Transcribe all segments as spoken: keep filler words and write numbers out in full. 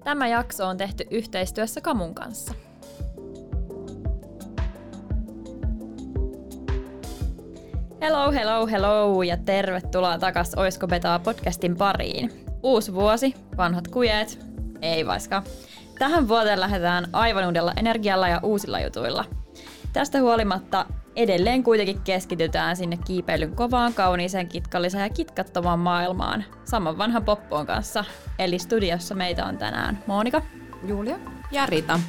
Tämä jakso on tehty yhteistyössä Kamun kanssa. Hello, hello, hello ja tervetuloa takas Oisko Betaa podcastin pariin. Uusi vuosi, vanhat kujeet, ei vaiska. Tähän vuoteen lähdetään aivan uudella energialla ja uusilla jutuilla. Tästä huolimatta edelleen kuitenkin keskitytään sinne kiipeilyn kovaan, kauniiseen, kitkalliseen ja kitkattomaan maailmaan saman vanhan poppoon kanssa. Eli studiossa meitä on tänään Monika, Julia ja Rita.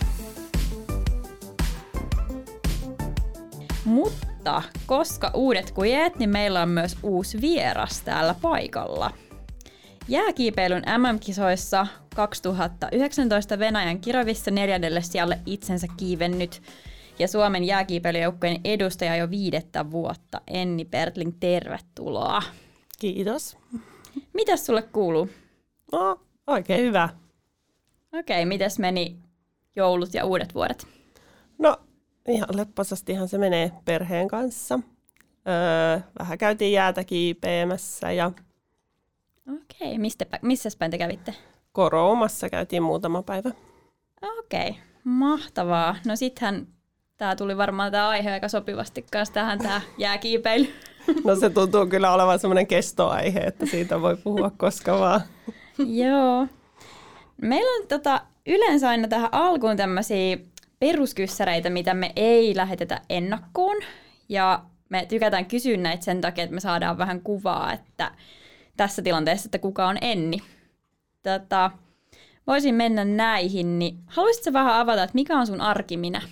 Mutta koska uudet kujeet, niin meillä on myös uusi vieras täällä paikalla. Jääkiipeilyn M M-kisoissa kaksituhattayhdeksäntoista Venäjän Kirovissa neljännelle sijalle itsensä kiivennyt ja Suomen jääkiipeilyjoukkojen edustaja jo viidettä vuotta. Enni Pertling, tervetuloa. Kiitos. Mitäs sulle kuuluu? No, oikein hyvä. Okei, mites meni joulut ja uudet vuodet? No, ihan lepposastihan se menee perheen kanssa. Öö, vähän käytiin jäätä kiipeämässä ja Okei, mistä, missä päin te kävitte? Koroumassa käytiin muutama päivä. Okei, mahtavaa. No sittenhän tää tuli varmaan tää aihe aika sopivasti kanssa tähän tää jääkiipeily. No se tuntuu kyllä olevan semmoinen kestoaihe, että siitä voi puhua koska vaan. Joo. Meillä on tota, yleensä aina tähän alkuun tämmöisiä peruskyssäreitä, mitä me ei lähetetä ennakkoon. Ja me tykätään kysyä näitä sen takia, että me saadaan vähän kuvaa, että tässä tilanteessa, että kuka on Enni. Tota, voisin mennä näihin, niin haluaisitko vähän avata, että mikä on sun arkiminä?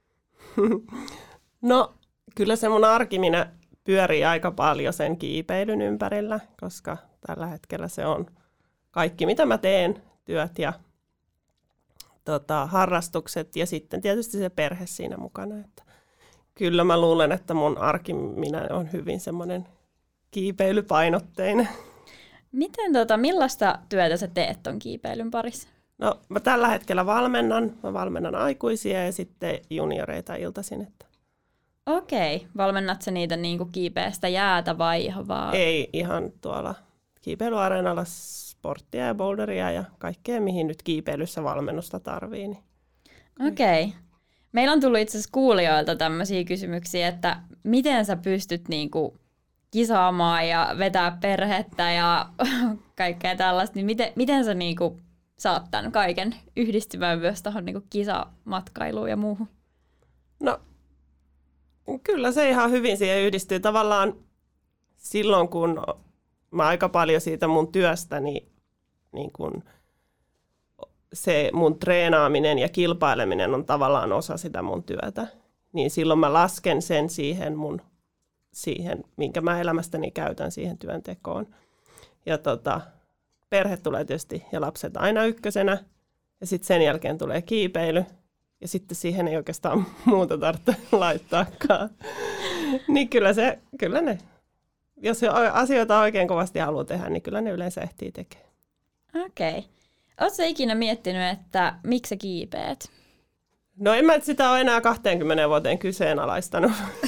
No, kyllä se mun arkiminä pyörii aika paljon sen kiipeilyn ympärillä, koska tällä hetkellä se on kaikki, mitä mä teen, työt ja tota, harrastukset ja sitten tietysti se perhe siinä mukana. Että kyllä mä luulen, että mun arkiminä on hyvin semmoinen kiipeilypainotteinen. Miten, tota, millaista työtä sä teet ton kiipeilyn parissa? No, mä tällä hetkellä valmennan. Mä valmennan aikuisia ja sitten junioreita iltaisin. Että Okei. Valmennat sä niitä niinku kiipeästä jäätä vai ihan vaan? Ei, ihan tuolla kiipeilyareenalla sporttia ja boulderia ja kaikkea, mihin nyt kiipeilyssä valmennusta tarvii. Niin. Okei. Meillä on tullut itse asiassa kuulijoilta tämmöisiä kysymyksiä, että miten sä pystyt niinku kisaamaan ja vetää perhettä ja kaikkea tällaista, niin miten, miten sä niinku saat tämän kaiken yhdistymään myös tuohon niinku kisamatkailuun ja muuhun? No, kyllä se ihan hyvin siihen yhdistyy. Tavallaan silloin, kun mä aika paljon siitä mun työstäni, niin kun se mun treenaaminen ja kilpaileminen on tavallaan osa sitä mun työtä, niin silloin mä lasken sen siihen mun siihen, minkä mä elämästäni käytän siihen työntekoon. Ja tota, perhe tulee tietysti ja lapset aina ykkösenä. Ja sitten sen jälkeen tulee kiipeily. Ja sitten siihen ei oikeastaan muuta tarvitse laittaakaan. Niin kyllä se, kyllä ne, jos asioita oikein kovasti haluaa tehdä, niin kyllä ne yleensä ehtii tekemään. Okei. Ootko sä ikinä miettinyt, että miksi sä kiipeät? No en mä sitä ole enää kaksikymmentä vuoteen kyseenalaistanut.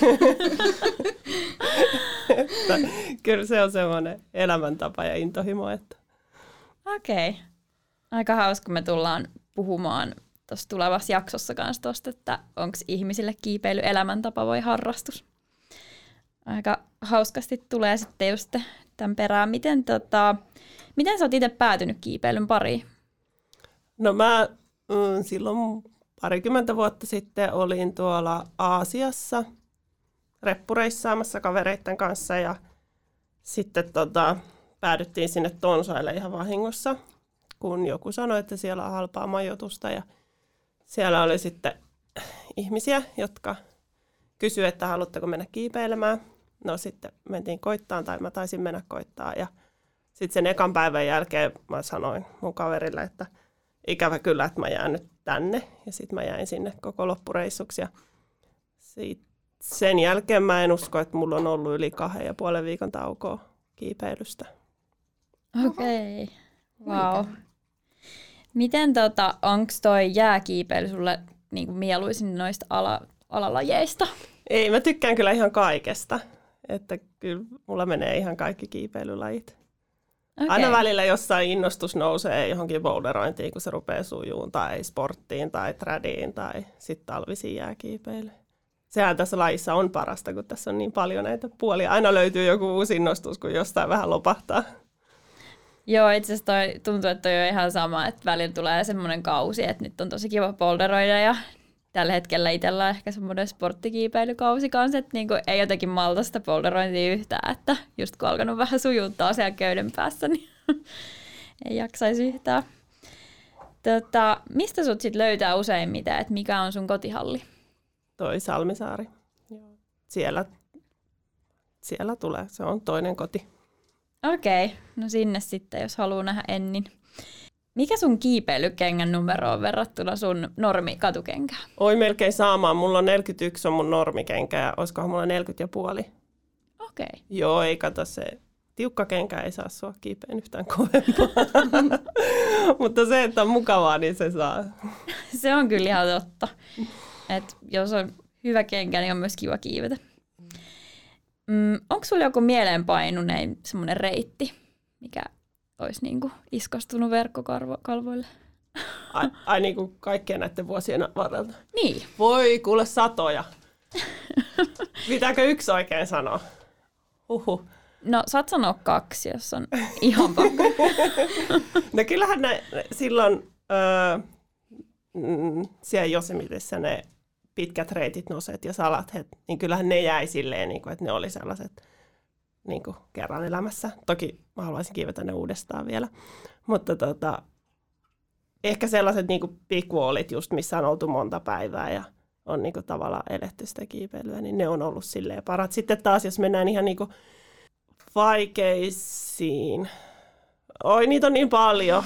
Että kyllä se on semmoinen elämäntapa ja intohimo. Että. Okei. Aika hauska, me tullaan puhumaan tuossa tulevassa jaksossa kanssa tuosta, että onko ihmisille kiipeily elämäntapa vai harrastus. Aika hauskasti tulee sitten just tämän perään. Miten, tota, miten sä oot itse päätynyt kiipeilyn pariin? No mä mm, silloin parikymmentä vuotta sitten olin tuolla Aasiassa reppureissaamassa kavereiden kanssa ja sitten tota, päädyttiin sinne Tonsaille ihan vahingossa, kun joku sanoi, että siellä on halpaa majoitusta ja siellä oli sitten ihmisiä, jotka kysyivät, että haluatteko mennä kiipeilemään. No sitten mentiin koittaan tai mä taisin mennä koittaa ja sitten sen ekan päivän jälkeen mä sanoin mun kaverille, että ikävä kyllä, että mä jään nyt tänne ja sitten mä jäin sinne koko loppureissuksi ja siitä sen jälkeen mä en usko, että mulla on ollut yli kahden ja puolen viikon taukoa kiipeilystä. Okei, okay. Wow. Miten tota, onko toi jääkiipeily sulle niinku mieluisin noista ala, alalajeista? Ei, mä tykkään kyllä ihan kaikesta. Että kyllä mulla menee ihan kaikki kiipeilylajit. Okay. Aina välillä jossain innostus nousee johonkin boulderointiin, kun se rupeaa sujuun tai sporttiin tai trädiin tai sitten talvisiin jääkiipeilyyn. Sehän tässä lajissa on parasta, kun tässä on niin paljon näitä puolia. Aina löytyy joku uusi innostus, kun jostain vähän lopahtaa. Joo, itse asiassa toi, tuntuu, että toi on ihan sama, että välillä tulee semmoinen kausi, että nyt on tosi kiva boulderoida ja tällä hetkellä itsellä on ehkä semmoinen sporttikiipeilykausi kanssa, että niinku ei jotenkin malta sitä boulderointia yhtään, että just kun alkanut vähän sujuttaa siellä köyden päässä, niin ei jaksaisi yhtään. Tota, mistä sut sit löytää useimmiten, että mikä on sun kotihalli? Toi Salmisaari. Siellä, siellä tulee, se on toinen koti. Okei, okay. No sinne sitten, jos haluaa nähdä Ennin. Mikä sun kiipeilykengän numero on verrattuna sun normikatukenkään? Oi melkein saamaan. Mulla on neljäkymmentäyksi on mun normikenkä ja olisikohan mulla neljäkymmentä ja puoli. Okei. Okay. Joo, ei kato se. Tiukka kenkä ei saa sua kiipeen yhtään kovempaa. Mutta se, että on mukavaa, niin se saa. Se on kyllä ihan totta. Et jos on hyvä kenkä, niin on myös kiva kiivetä. Mm, onko sulla joku mieleenpainunein semmoinen reitti, mikä olisi niinku iskostunut verkkokalvoille? Ai, ai niin kuin kaikkien näiden vuosien varrelta? Niin. Voi kuule satoja. Pitääkö yksi oikein sanoa? Huhhuh. No saat sanoa kaksi, jos on ihan pakko. No kyllähän ne, ne silloin öö, mm, siellä Josemitessä ne pitkät reitit, noset ja salat, het, niin kyllähän ne jäi silleen, niin kuin, että ne oli sellaiset niin kuin kerran elämässä. Toki mä haluaisin kiivetä ne uudestaan vielä. Mutta tota, ehkä sellaiset niin kuin big wallit just, missä on oltu monta päivää ja on niin kuin tavallaan eletty sitä kiipeilyä, niin ne on ollut silleen parat. Sitten taas, jos mennään ihan niin kuin vaikeisiin. Oi, niitä on niin paljon.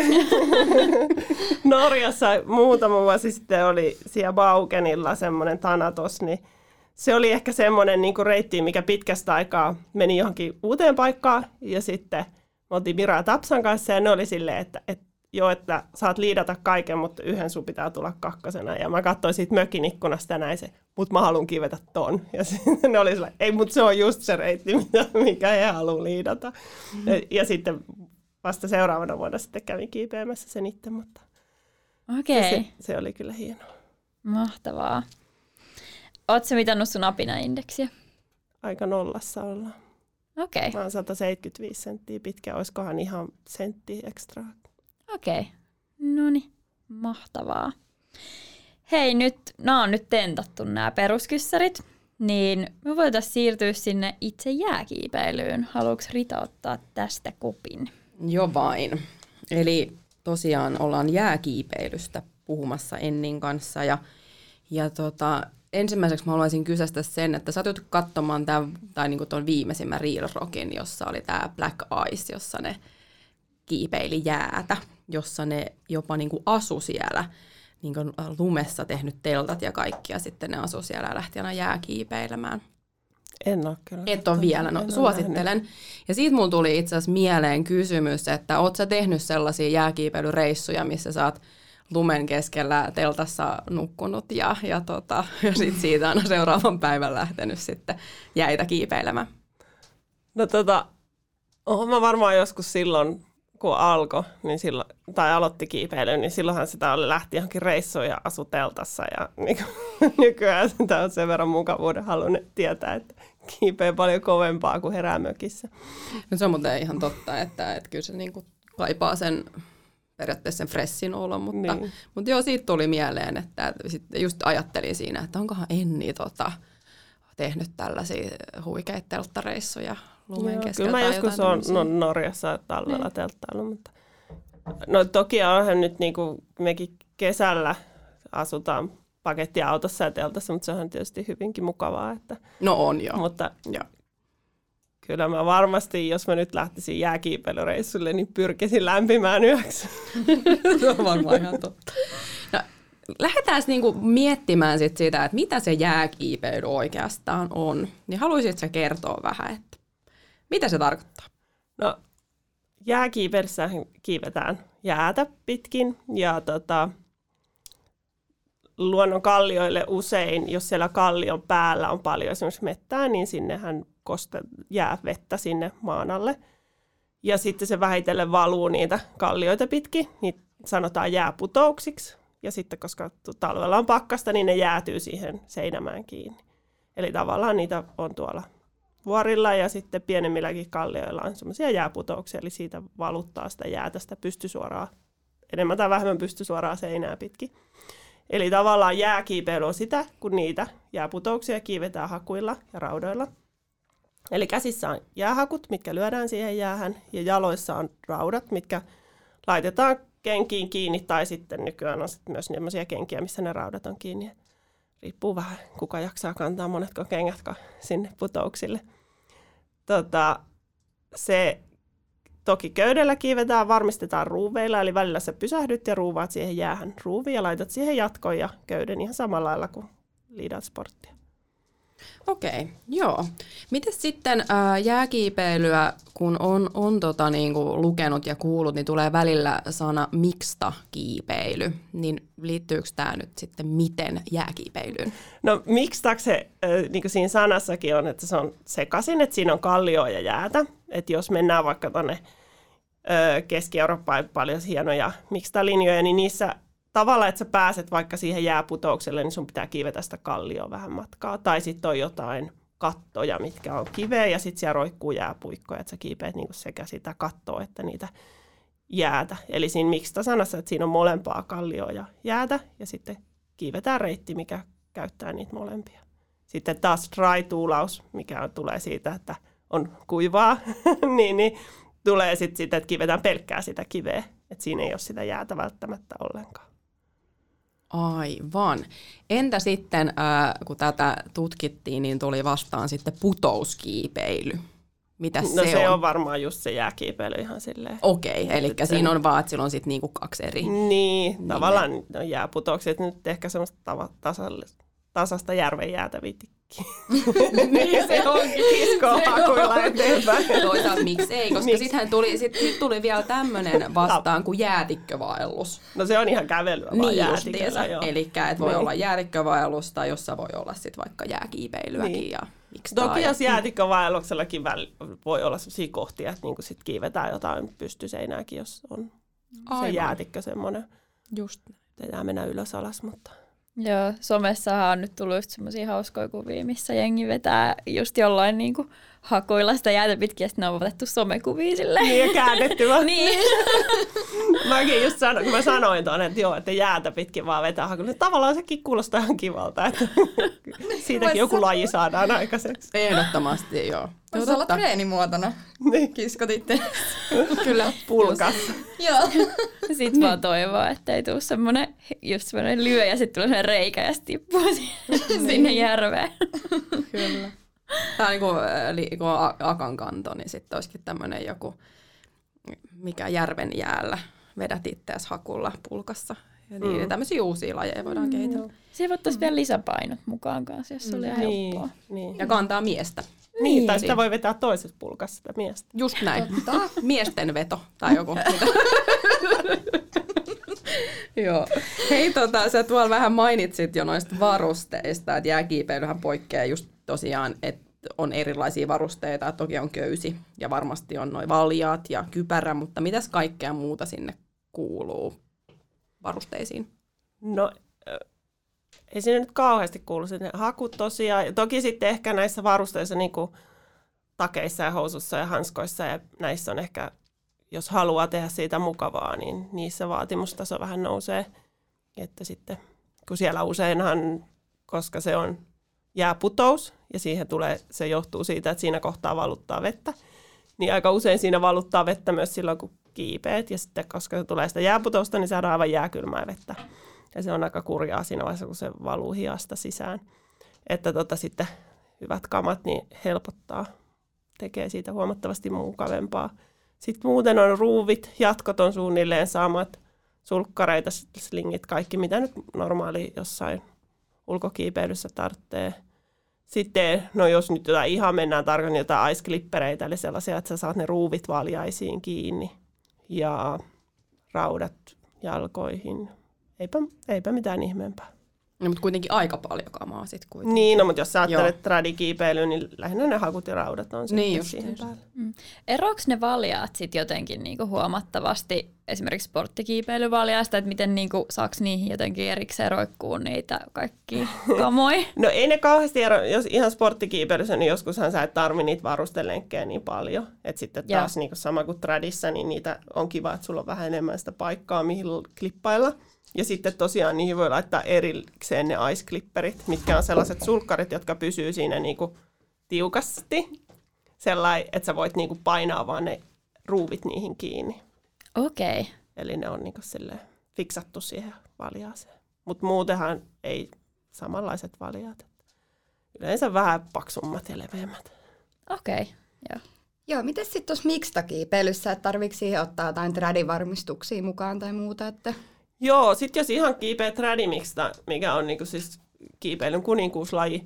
Norjassa muutama vuosi sitten oli siellä Baukenilla semmoinen Thanatos, niin se oli ehkä semmoinen niin kuin reitti, mikä pitkästä aikaa meni johonkin uuteen paikkaan. Ja sitten me oltiin Mira ja Tapsan kanssa ja ne oli silleen, että, että joo, että saat liidata kaiken, mutta yhden sun pitää tulla kakkosena. Ja mä katsoin siitä mökin ikkunasta näin se, mutta mä haluan kivetä ton. Ja sitten ne oli silleen, ei, mutta se on just se reitti, mikä he haluaa liidata. Mm-hmm. Ja, ja sitten vasta seuraavana vuonna sitten kävin kiipeämässä sen itse, mutta Okei. se, se oli kyllä hienoa. Mahtavaa. Ootko sä mitannut sun apinaindeksiä? Aika nollassa ollaan. Okei. Mä oon sata seitsemänkymmentäviisi senttiä pitkä, olisikohan ihan sentti ekstraa. Okei. Noniin, mahtavaa. Hei, nyt nämä on nyt tentattu nämä peruskyssärit, niin me voitaisiin siirtyä sinne itse jääkiipeilyyn. Haluatko Rita ottaa tästä kopin? Jo vain. Eli tosiaan ollaan jääkiipeilystä puhumassa Ennin kanssa. Ja, ja tota, ensimmäiseksi mä haluaisin kysästä sen, että sä oot joutunut katsomaan tämän, tai niinku ton viimeisimmän Real Rockin, jossa oli tämä Black Ice, jossa ne kiipeili jäätä, jossa ne jopa niinku asu siellä niinku lumessa tehnyt teltat ja kaikki, ja sitten ne asu siellä ja lähti aina jääkiipeilemään. En ole kyllä. Et ole vielä, no suosittelen. Ja siitä mulla tuli itse asiassa mieleen kysymys, että oot sä tehnyt sellaisia jääkiipeilyreissuja, missä sä oot lumen keskellä teltassa nukkunut ja, ja, tota, ja sit siitä aina seuraavan päivän lähtenyt sitten jäitä kiipeilemään? No tota, oon mä varmaan joskus silloin, kun alkoi, niin silloin, tai aloitti kiipeilyyn, niin silloinhan sitä oli, lähti johonkin reissuun ja asui teltassa. Ja niin kuin, nykyään sitä on sen verran mukavuuden halunnut tietää, että kiipeä paljon kovempaa kuin herää mökissä. No se on muuten ihan totta, että, että kyllä se niin kuin kaipaa sen periaatteessa sen freshin olon, mutta, niin. mutta joo, siitä tuli mieleen, että sitten just ajattelin siinä, että onkohan Enni tota, tehnyt tällaisia huikeita telttareissuja lumen keskellä. Kyllä mä joskus olen no, Norjassa talvella niin. telttailu, mutta no toki onhan nyt niin kuin mekin kesällä asutaan pakettiautossa ja teltassa, mutta se on tietysti hyvinkin mukavaa. Että, no on joo. Mutta joo. Kyllä mä varmasti, jos mä nyt lähtisin jääkiipeilyreissulle, niin pyrkisin lämpimään yöksi. Se on varmaan ihan totta. No, lähdetään niinku miettimään sit sitä, että mitä se jääkiipeily oikeastaan on. Niin haluaisitko sä kertoa vähän, että mitä se tarkoittaa? No jääkiipeilyssä kiivetään jäätä pitkin ja tota, luonnon kallioille usein, jos siellä kallion päällä on paljon esimerkiksi mettää, niin sinnehän koste, jää vettä sinne maan alle. Ja sitten se vähitellen valuu niitä kallioita pitkin, niitä sanotaan jääputouksiksi. Ja sitten koska talvella on pakkasta, niin ne jäätyy siihen seinämään kiinni. Eli tavallaan niitä on tuolla vuorilla ja sitten pienemmilläkin kallioilla on semmoisia jääputouksia, eli siitä valuttaa sitä jäätä sitä pystysuoraa, enemmän tai vähemmän pystysuoraa seinää pitkin. Eli tavallaan jääkiipeily on sitä, kun niitä jääputouksia kiivetään hakuilla ja raudoilla. Eli käsissä on jäähakut, mitkä lyödään siihen jäähän, ja jaloissa on raudat, mitkä laitetaan kenkiin kiinni, tai sitten nykyään on sitten myös sellaisia kenkiä, missä ne raudat on kiinni. Riippuu vähän, kuka jaksaa kantaa monetko kengätkä sinne putouksille. Tota, se toki köydellä kiivetään, varmistetaan ruuveilla, eli välillä sä pysähdyt ja ruuvaat siihen jäähän ruuviin ja laitat siihen jatkoon ja köyden ihan samalla lailla kuin liidat sporttia. Okei, joo. Miten sitten ää, jääkiipeilyä, kun on, on tota, niinku, lukenut ja kuullut, niin tulee välillä sana mixta kiipeily, niin liittyykö tämä nyt sitten miten jääkiipeilyyn? No mixtaksi se, äh, niin kuin siinä sanassakin on, että se on sekaisin, että siinä on kallioa ja jäätä. Että jos mennään vaikka tuonne äh, Keski-Eurooppaan paljon hienoja mixta-linjoja, niin niissä tavallaan, että sä pääset vaikka siihen jääputoukselle, niin sun pitää kiivetä sitä kallioa vähän matkaa. Tai sitten on jotain kattoja, mitkä on kiveä, ja sitten siellä roikkuu jääpuikkoja, että sä kiipeät niinku sekä sitä kattoa että niitä jäätä. Eli siinä mixta sanassa, että siinä on molempaa kallioa ja jäätä, ja sitten kiivetään reitti, mikä käyttää niitä molempia. Sitten taas dry-tuulaus, mikä tulee siitä, että on kuivaa, niin, niin tulee sitten sitä, että kivetään pelkkää sitä kiveä. Että siinä ei ole sitä jäätä välttämättä ollenkaan. Aivan. Entä sitten, äh, kun tätä tutkittiin, niin tuli vastaan sitten putouskiipeily. Mitäs no se, se on? on varmaan just se jääkiipeily ihan silleen. Okei, okay, eli siinä on vaan, että sillä on sitten niinku kaksi eri. Niin, niin tavallaan no, jääputoukset nyt ehkä semmoista tava, tasallista, tasasta järven jäätä vitikkiä. Niin se onkin. Kiskoa hakuilla eteenpäin. Toisaalta miksi ei, koska sittenhän tuli, sit, sit tuli vielä tämmöinen vastaan kuin jäätikkövaellus. No se on ihan kävelyä vaan niin jäätiköllä. Eli että voi niin. olla jäätikkövaellusta, jossa voi olla sit vaikka jääkiipeilyäkin. Niin. Ja toki jos jäätikkövaelluksellakin voi olla sellaisia kohtia, että niinku sit kiivetään jotain pystyseinääkin, jos on Aivan. se jäätikkö semmoinen. Just. Tehdään mennä ylös alas, mutta... Joo, somessahan on nyt tullut just semmoisia hauskoja kuvia, missä jengi vetää just jollain niinku hakuilla sitä jäätä pitkin, ja sitten ne on otettu somekuvia silleen. Niin, ja käännetty vaan. Niin. Mäkin just sanoin, kun mä sanoin tuonne, että joo, että jäätä pitkin vaan vetää hakuilla, niin tavallaan sekin kuulostaa ihan kivalta, että siitäkin joku laji saadaan aikaiseksi. Ehdottomasti, joo. Voisi olla treenimuotona. Niin. Kiskot itse. Kyllä, pulkassa. Joo. Sitten niin. vaan toivoa, että ei tule semmoinen, just semmoinen lyö ja sitten tulee semmoinen reikä ja sitten tippuu sinne järveen. Kyllä. Tämä on niin kuin, kun on akan kanto, niin sitten olisikin tämmöinen joku, mikä järven jäällä vedät itseäsi hakulla pulkassa. Ja niin, mm. tämmöisiä uusia lajeja voidaan mm. kehitellä. Siihen voitaisiin mm. vielä lisäpainot mukaan kanssa, jos se oli ihan niin, helppoa. Niin. Ja kantaa miestä. Niin, niin, tai sitä voi vetää toisessa pulkassa sitä miestä. Just näin. Miesten veto tai joku. Joo. Hei, tota, sä tuolla vähän mainitsit jo noista varusteista, että jääkiipeilyhän poikkeaa just tosiaan, että on erilaisia varusteita, toki on köysi ja varmasti on noin valjaat ja kypärä, mutta mitäs kaikkea muuta sinne kuuluu varusteisiin? No, ei sinne nyt kauheasti kuulu sinne hakut tosiaan. Toki sitten ehkä näissä varusteissa niin kuin takeissa ja housussa ja hanskoissa ja näissä on ehkä, jos haluaa tehdä siitä mukavaa, niin niissä vaatimustaso vähän nousee. Että sitten, kun siellä useinhan, koska se on jääputous ja siihen tulee, se johtuu siitä, että siinä kohtaa valuttaa vettä, niin aika usein siinä valuttaa vettä myös silloin, kun kiipeät. Ja sitten, koska se tulee sitä jääputousta, niin saadaan aivan jääkylmää vettä. Ja se on aika kurjaa siinä vaiheessa, kun se valuu hiasta sisään. Että tota, sitten hyvät kamat niin helpottaa, tekee siitä huomattavasti mukavempaa. Sitten muuten on ruuvit, jatkot on suunnilleen samat, sulkkareita, slingit, kaikki mitä nyt normaali jossain ulkokiipeilyssä tarvitsee. Sitten, no jos nyt jotain ihan mennään tarkoin, jotain ice-klippereitä, eli sellaisia, että sä saat ne ruuvit valjaisiin kiinni ja raudat jalkoihin. Eipä, eipä mitään ihmeempää. No, mutta kuitenkin aika paljon kamaa sitten kuitenkin. Niin, no, mutta jos sä ajattelet tradikiipeilyä, niin lähinnä ne hakut ja raudat on niin sitten siihen päälle. Mm. Eroako ne valjaat sitten jotenkin niinku huomattavasti esimerkiksi sporttikiipeilyvaljaista, että miten niinku, saako niihin jotenkin erikseen roikkuun niitä kaikkia kamoja? No ei ne kauheasti ero, jos ihan sporttikiipeilyssä, niin joskushan sä et tarvi niitä varustelenkkejä niin paljon. Että sitten taas niin kuin sama kuin tradissa, niin niitä on kiva, että sulla on vähän enemmän sitä paikkaa, mihin klippailla. Ja sitten tosiaan niihin voi laittaa erikseen ne ice clipperit, mitkä on sellaiset sulkkarit, jotka pysyy siinä niinku tiukasti. Sellainen, että sä voit niinku painaa vaan ne ruuvit niihin kiinni. Okei. Okay. Eli ne on niinku fiksattu siihen valjaaseen. Mutta muutenhan ei samanlaiset valjaat. Yleensä vähän paksummat ja leveämmät. Okei, okay. Joo. Joo, miten sitten tuossa mixed-kiipeilyssä, että tarvitsetko siihen ottaa jotain tradivarmistuksia mukaan tai muuta, että... Joo, sitten jos ihan kiipeä tradimixta, mikä on niinku siis kiipeilyn kuninkuuslaji.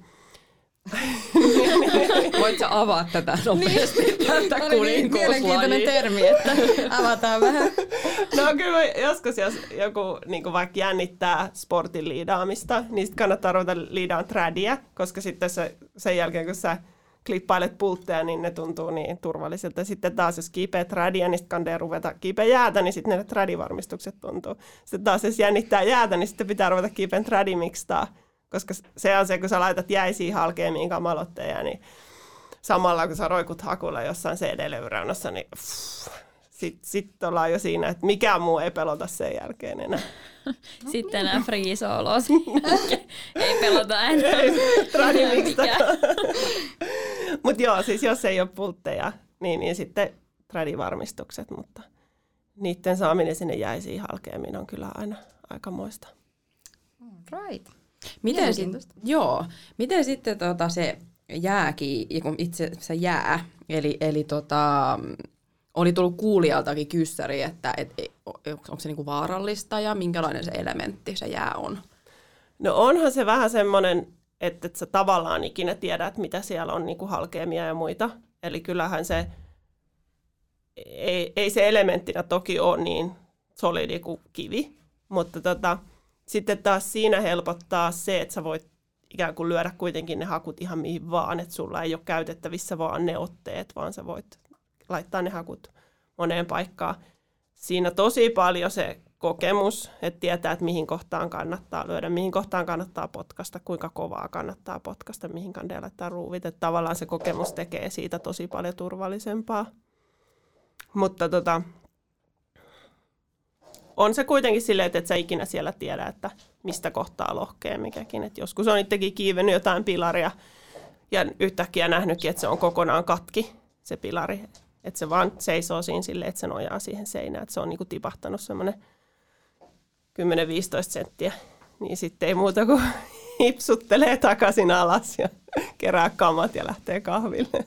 Voit sä avaa tätä nopeasti, niin. Tätä kuninkuuslajia? Mielenkiintoinen termi, että avataan vähän. No kyllä joskus, jos joku niin vaikka jännittää sportin liidaamista, niin sitten kannattaa ruveta liidaan tradia, koska sitten se, sen jälkeen, kun sä klippailet pultteja, niin ne tuntuu niin turvallisilta. Sitten taas, jos kiipeä tradia, niin sitten kannattaa ruveta kiipeä jäätä, niin sitten ne tradivarmistukset tuntuu. Sitten taas, jos jännittää jäätä, niin sitten pitää ruveta kiipeän tradimixtaa, koska se on se, kun sä laitat jäisiin halkeamiin kamalotteja, niin samalla kun sä roikut hakulla jossain C D-levyreunassa, niin sitten sit ollaan jo siinä, että mikään muu ei pelota sen jälkeen enää. Sitten nämä free-solos. Ei pelota enää. Tradimixta. Mutta joo, siis jos ei ole pultteja, niin, niin sitten tradivarmistukset, mutta niiden saaminen sinne jäisiin halkeamiin on kyllä aina aikamoista. Right. Miten, sit, joo, miten sitten tota se jääkin, itse se jää, eli, eli tota, oli tullut kuulijaltakin kyssäri, että et, onko se niinku vaarallista ja minkälainen se elementti se jää on? No onhan se vähän semmoinen, että et sä tavallaan ikinä tiedät, mitä siellä on niinku halkeamia ja muita. Eli kyllähän se, ei, ei se elementtinä toki ole niin solidi kuin kivi, mutta tota, sitten taas siinä helpottaa se, että sä voit ikään kuin lyödä kuitenkin ne hakut ihan mihin vaan, että sulla ei ole käytettävissä vaan ne otteet, vaan sä voit laittaa ne hakut moneen paikkaan. Siinä tosi paljon se kokemus, että tietää, että mihin kohtaan kannattaa lyödä, mihin kohtaan kannattaa potkasta, kuinka kovaa kannattaa potkasta, mihin kannattaa laittaa ruuvit. Että tavallaan se kokemus tekee siitä tosi paljon turvallisempaa. Mutta tota, on se kuitenkin silleen, että et sä ikinä siellä tiedä, että mistä kohtaa lohkee mikäkin. Et joskus on itsekin kiivennyt jotain pilaria ja yhtäkkiä nähnytkin, että se on kokonaan katki, se pilari. Että se vaan seisoo siinä silleen, että se nojaa siihen seinään. Että se on niinku tipahtanut semmoinen kymmenen viisitoista senttiä. Niin sitten ei muuta kuin hipsuttelee takaisin alas ja kerää kamat ja lähtee kahville.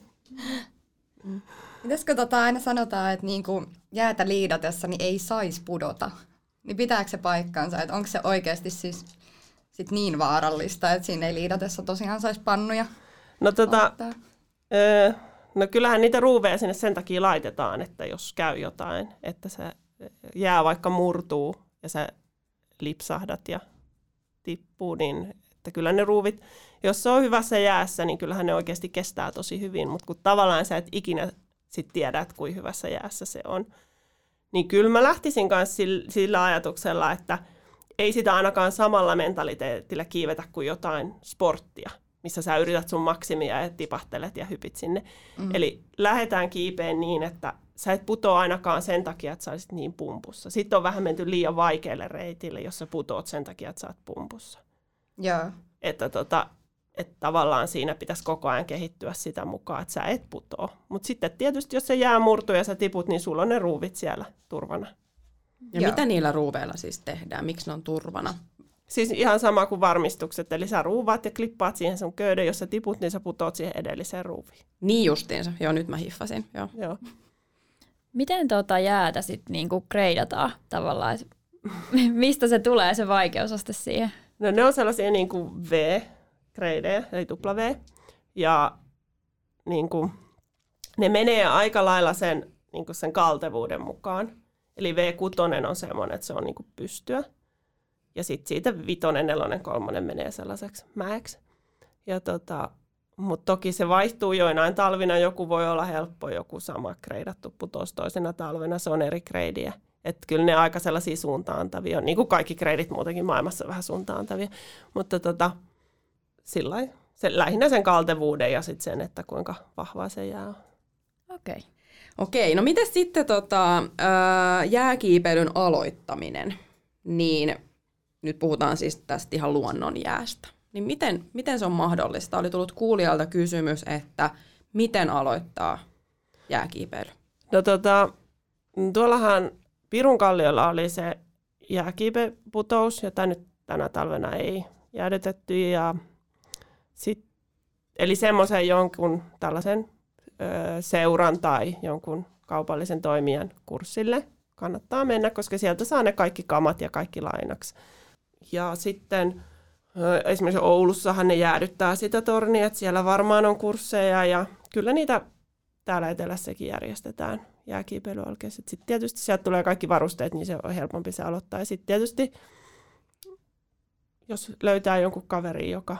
Mitäskö tota aina sanotaan, että niinku jäätä liidatessa niin ei saisi pudota? Niin pitääkö se paikkansa? Että onko se oikeasti siis sit niin vaarallista, että siinä ei liidatessa tosiaan saisi pannuja No, tota, öö, no kyllähän niitä ruuveja sinne sen takia laitetaan, että jos käy jotain, että se jää vaikka murtuu ja sä lipsahdat ja tippuu, niin että kyllä ne ruuvit, jos se on hyvässä jäässä, niin kyllähän ne oikeasti kestää tosi hyvin, mutta kun tavallaan sä et ikinä sit tiedä, että kuinka hyvässä jäässä se on, niin kyllä mä lähtisin kanssa sillä, sillä ajatuksella, että ei sitä ainakaan samalla mentaliteetillä kiivetä kuin jotain sporttia, missä sä yrität sun maksimia ja tipahtelet ja hypit sinne. Mm. Eli lähdetään kiipeen niin, että sä et putoa ainakaan sen takia, että sä olisit niin pumpussa. Sitten on vähän menty liian vaikealle reitille, jos sä putoat sen takia, että sä oot pumpussa. Joo. Että tota, että tavallaan siinä pitäisi koko ajan kehittyä sitä mukaan, että sä et putoa. Mutta sitten tietysti, jos se jää murtuu ja sä tiput, niin sulla on ne ruuvit siellä turvana. Ja Joo. mitä niillä ruuveilla siis tehdään? Miksi ne on turvana? Siis ihan sama kuin varmistukset, eli sä ruuvaat ja klippaat siihen sun köyden, jos sä tiput, niin sä putoat siihen edelliseen ruuviin. Niin justiinsa, joo nyt mä hiffasin. Joo. Joo. Miten tuota jäätä sitten niinku greidataan tavallaan, että mistä se tulee se vaikeusaste siihen? No ne on sellaisia niin kuin V-greidejä, eli tupla V, ja niin kuin, ne menee aika lailla sen, niin kuin sen kaltevuuden mukaan. Eli V kuusi on semmoinen, että se on niin kuin pystyä. Ja sitten siitä vitonen, nelonen, kolmonen menee sellaiseksi mäeksi. Ja tota, mutta toki se vaihtuu joinain talvina. Joku voi olla helppo, joku sama kreidattu putous toisena talvena. Se on eri kreidiä. Että kyllä ne aika sellaisia suuntaantavia on. Niin kuin kaikki kreidit muutenkin maailmassa vähän suuntaantavia. Mutta tota, sillain, se, lähinnä sen kaltevuuden ja sitten sen, että kuinka vahvaa se jää on. Okei. Okay. Okei, no miten sitten tota, jääkiipeilyn aloittaminen? Niin nyt puhutaan siis tästä ihan luonnon jäästä. Niin miten, miten se on mahdollista? Oli tullut kuulijalta kysymys, että miten aloittaa jääkiipeily? No tota, tuollahan Pirunkalliolla oli se jääkiipeputous, jota nyt tänä talvena ei jäädytetty. Ja sit, eli semmoisen jonkun tällaisen ö, seuran tai jonkun kaupallisen toimijan kurssille kannattaa mennä, koska sieltä saa ne kaikki kamat ja kaikki lainaksi. Ja sitten ö, esimerkiksi Oulussahan ne jäädyttää sitä tornia, että siellä varmaan on kursseja ja kyllä niitä täällä etelässäkin järjestetään jääkiipeilyalkeessa. Sitten tietysti sieltä tulee kaikki varusteet, niin se on helpompi se aloittaa. Ja sitten tietysti, jos löytää jonkun kaveri, joka,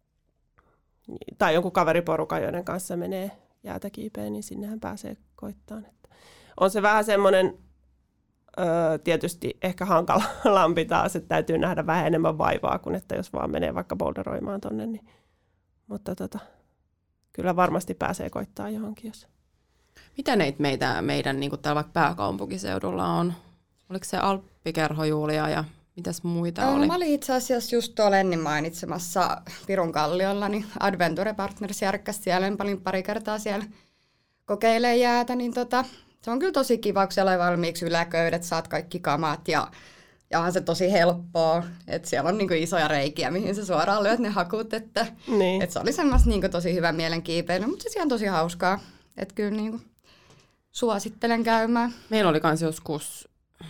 tai jonkun kaveriporukan, joiden kanssa menee jäätä kiipeen, niin sinnehän pääsee koittamaan. Että on se vähän semmoinen öö, tietysti ehkä hankalampi taas, että täytyy nähdä vähän enemmän vaivaa kuin että jos vaan menee vaikka boulderoimaan tonne. Niin. Mutta tota, kyllä varmasti pääsee koittaa johonkin, jos... Mitä neitä meitä, meidän niin täällä vaikka pääkaupunkiseudulla on? Oliko se Alppikerho, Julia, ja mitäs muita oli? Mä olin itse asiassa just tuolla Lennin mainitsemassa Pirunkalliolla, niin Adventure Partners järkkäsi siellä, en paljon pari kertaa siellä kokeilee jäätä, niin tota, se on kyllä tosi kiva, kun siellä on valmiiksi yläköydet, saat kaikki kamat ja, ja onhan se tosi helppoa, että siellä on niinku isoja reikiä, mihin sä suoraan lyöt ne hakut, että, niin. että se oli semmoista niinku tosi hyvä mielenkiipeily, mutta se on tosi hauskaa, että kyllä niinku suosittelen käymään. Meillä oli kans joskus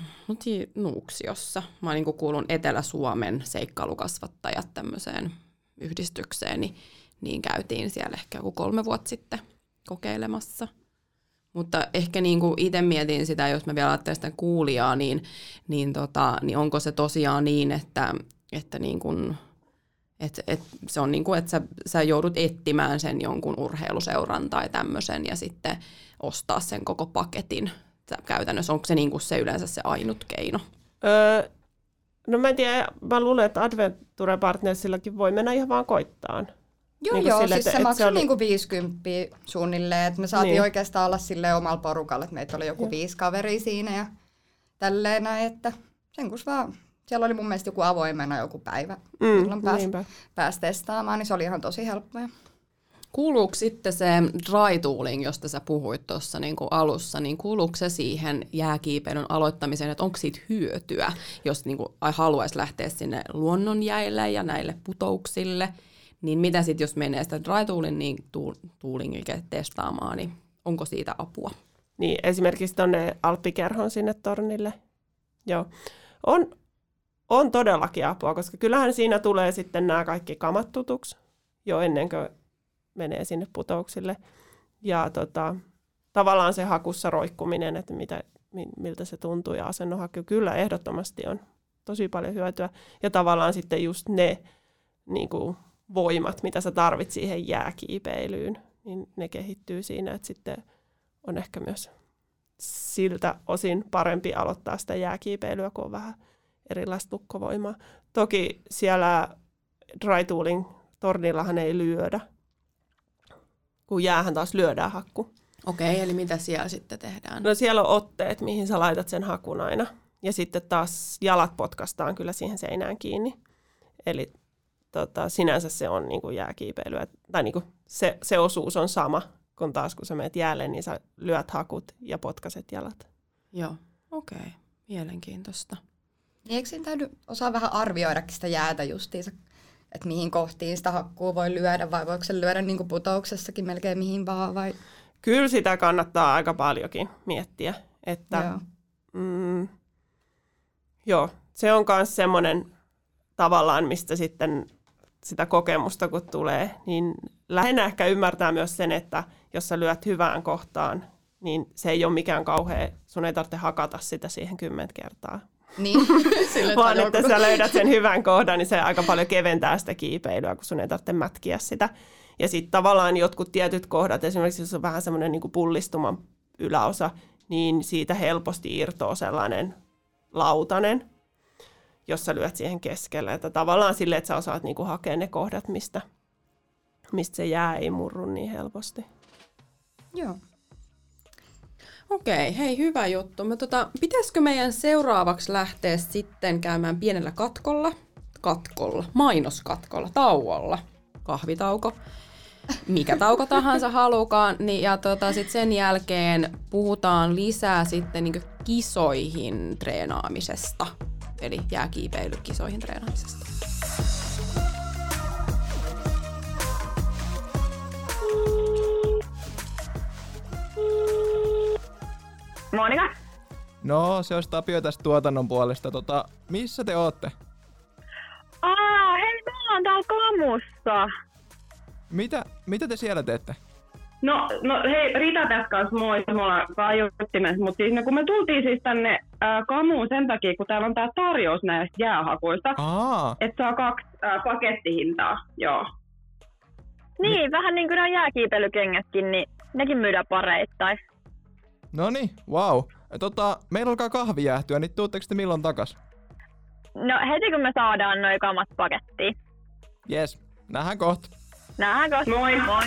Nuuksiossa. Mä niin kuulun Etelä-Suomen seikkailukasvattajat tämmöiseen yhdistykseen, niin, niin käytiin siellä ehkä joku kolme vuotta sitten kokeilemassa. Mutta ehkä niin itse mietin sitä, jos mä vielä ajattelen sitä kuulijaa, niin, niin, tota, niin onko se tosiaan niin, että, että, niin kuin, että, että se on niin kuin, että sä, sä joudut etsimään sen jonkun urheiluseuran tai tämmöisen ja sitten ostaa sen koko paketin käytännössä. Onko se, niin kuin se yleensä se ainut keino? Öö, no mä en tiedä, mä luulen, että Adventure Partnersillakin voi mennä ihan vaan koittaan. Joo, niin joo, sille, siis että, se että maksoi se oli... niinku viisikymmentä suunnilleen, että me saatiin niin. oikeastaan olla silleen omalla porukalla, että meitä oli joku ja. viisi kaveria siinä ja tälleen näin, että sen kun vaan, siellä oli mun mielestä joku avoimena joku päivä, mm, milloin pääsi pääs testaamaan, niin se oli ihan tosi helppoa. Kuuluuko sitten se dry tooling, josta sä puhuit tuossa niin kuin alussa, niin kuuluuko se siihen jääkiipeilyn aloittamiseen, että onko siitä hyötyä, jos niin kuin haluaisi lähteä sinne luonnonjäille ja näille putouksille, niin mitä sitten jos menee sitä dry tooling, niin toolingille testaamaan, niin onko siitä apua? Niin, esimerkiksi tuonne Alppikerhon sinne tornille. Joo. On, on todellakin apua, koska kyllähän siinä tulee sitten nämä kaikki kamat tutuksi jo ennen kuin menee sinne putouksille. Ja tota, tavallaan se hakussa roikkuminen, että mitä, miltä se tuntuu ja asennonhaku, kyllä ehdottomasti on tosi paljon hyötyä. Ja tavallaan sitten just ne niin kuin voimat, mitä sä tarvit siihen jääkiipeilyyn, niin ne kehittyy siinä, että sitten on ehkä myös siltä osin parempi aloittaa sitä jääkiipeilyä, kun on vähän erilaista lukkovoimaa. Toki siellä dry tooling tornillahan ei lyödä, kun jäähän taas lyödään hakku. Okei, eli mitä siellä sitten tehdään? No siellä on otteet, mihin sä laitat sen hakun aina. Ja sitten taas jalat potkastaan kyllä siihen seinään kiinni. Eli tota, sinänsä se on niin kuin jääkiipeilyä. Tai niin kuin se, se osuus on sama, kun taas kun sä menet jäälle, niin sä lyöt hakut ja potkaset jalat. Joo, okei. Okay. Mielenkiintoista. Niin eikö siinä täydy osaa vähän arvioidakin sitä jäätä justiinsa, että mihin kohtiin sitä hakkua voi lyödä, vai voiko se lyödä niin kuin putouksessakin melkein mihin vaan? Vai? Kyllä sitä kannattaa aika paljonkin miettiä. Että, joo. Mm, joo, se on myös semmoinen tavallaan, mistä sitten sitä kokemusta kun tulee, niin lähinnä ehkä ymmärtää myös sen, että jos sä lyöt hyvään kohtaan, niin se ei ole mikään kauhea, sun ei tarvitse hakata sitä siihen kymmentä kertaa. Niin. Sille, vaan että joku... sä löydät sen hyvän kohdan, niin se aika paljon keventää sitä kiipeilyä, kun sun ei tarvitse mätkiä sitä. Ja sitten tavallaan jotkut tietyt kohdat, esimerkiksi jos on vähän semmoinen niin kuin pullistuman yläosa, niin siitä helposti irtoaa sellainen lautanen, jos sä lyöt siihen keskelle. Että tavallaan silleen, että sä osaat niin kuin hakea ne kohdat, mistä, mistä se jää ei murru niin helposti. Joo. Okei, hei, hyvä juttu. Me, tota, pitäisikö meidän seuraavaksi lähteä sitten käymään pienellä katkolla, katkolla, mainoskatkolla, tauolla, kahvitauko, mikä tauko tahansa halukaan, niin, ja tota, sit sen jälkeen puhutaan lisää sitten niin kisoihin treenaamisesta, eli jääkiipeilykisoihin treenaamisesta. Monika? No, se olisi Tapio tästä tuotannon puolesta. Tota, missä te ootte? Aa, hei, me ollaan täällä Kamussa. Mitä, mitä te siellä teette? No, no hei, Rita tässä kanssa moi, me ollaan kaiuttimessa, mutta siis, no, kun me tultiin siis tänne äh, Kamuun sen takia, kun täällä on tää tarjous näistä jäähakuista, että saa kaksi äh, pakettihintaa, joo. Niin, Ni- vähän niin kuin nämä jääkiipeilykengätkin, niin nekin myydään pareittain. Noniin, wow. Tota, meillä alkaa kahvi jäähtyä, niin tuutteko te milloin takas? No heti kun me saadaan noi kamat pakettiin. Jes, nähdään kohta. Nähdään kohta. Moi. Moi.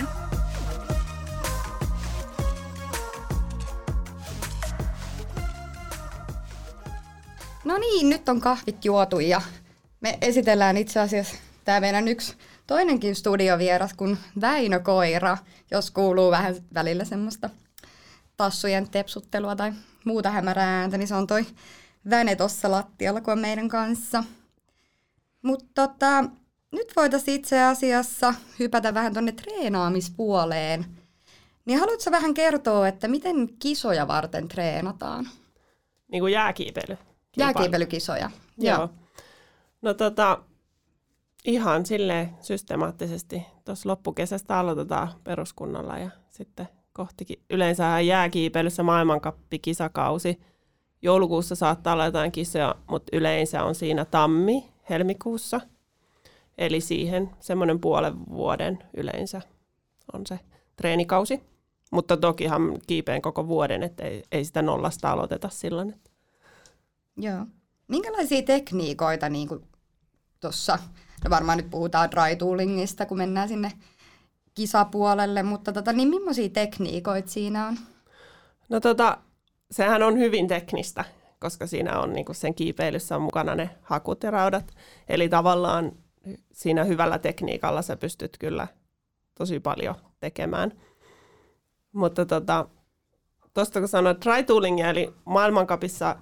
No niin, nyt on kahvit juotu ja me esitellään itse asiassa tämä meidän yksi toinenkin studiovieras kuin Väinö Koira, jos kuuluu vähän välillä semmoista tassujen tepsuttelua tai muuta hämärää ääntä, niin se on toi Väne tossa lattialla, kun on meidän kanssa. Mutta tota, nyt voitaisiin itse asiassa hypätä vähän tonne treenaamispuoleen. Niin haluatko vähän kertoa, että miten kisoja varten treenataan? Niin kuin jääkiipeily. Jääkiipeilykisoja. Joo. Joo. No tota, ihan silleen systemaattisesti. Tuossa loppukesästä aloitetaan peruskunnalla ja sitten kohtikin. Yleensä jääkiipeilyssä maailmankappikisakausi. Joulukuussa saattaa olla jotain kisoja, mutta yleensä on siinä tammi-helmikuussa. Eli siihen semmoinen puolen vuoden yleensä on se treenikausi. Mutta tokihan kiipeen koko vuoden, että ei, ei sitä nollasta aloiteta silloin. Että. Joo. Minkälaisia tekniikoita niin kuin tuossa, no varmaan nyt puhutaan dry toolingista, kun mennään sinne kisapuolelle, mutta tota, niin millaisia tekniikoita siinä on? No tota, sehän on hyvin teknistä, koska siinä on niin kuin sen kiipeilyssä on mukana ne hakut ja raudat. Eli tavallaan siinä hyvällä tekniikalla sä pystyt kyllä tosi paljon tekemään. Mutta tota, tuosta kun sanoit dry toolingia, eli maailmancupissa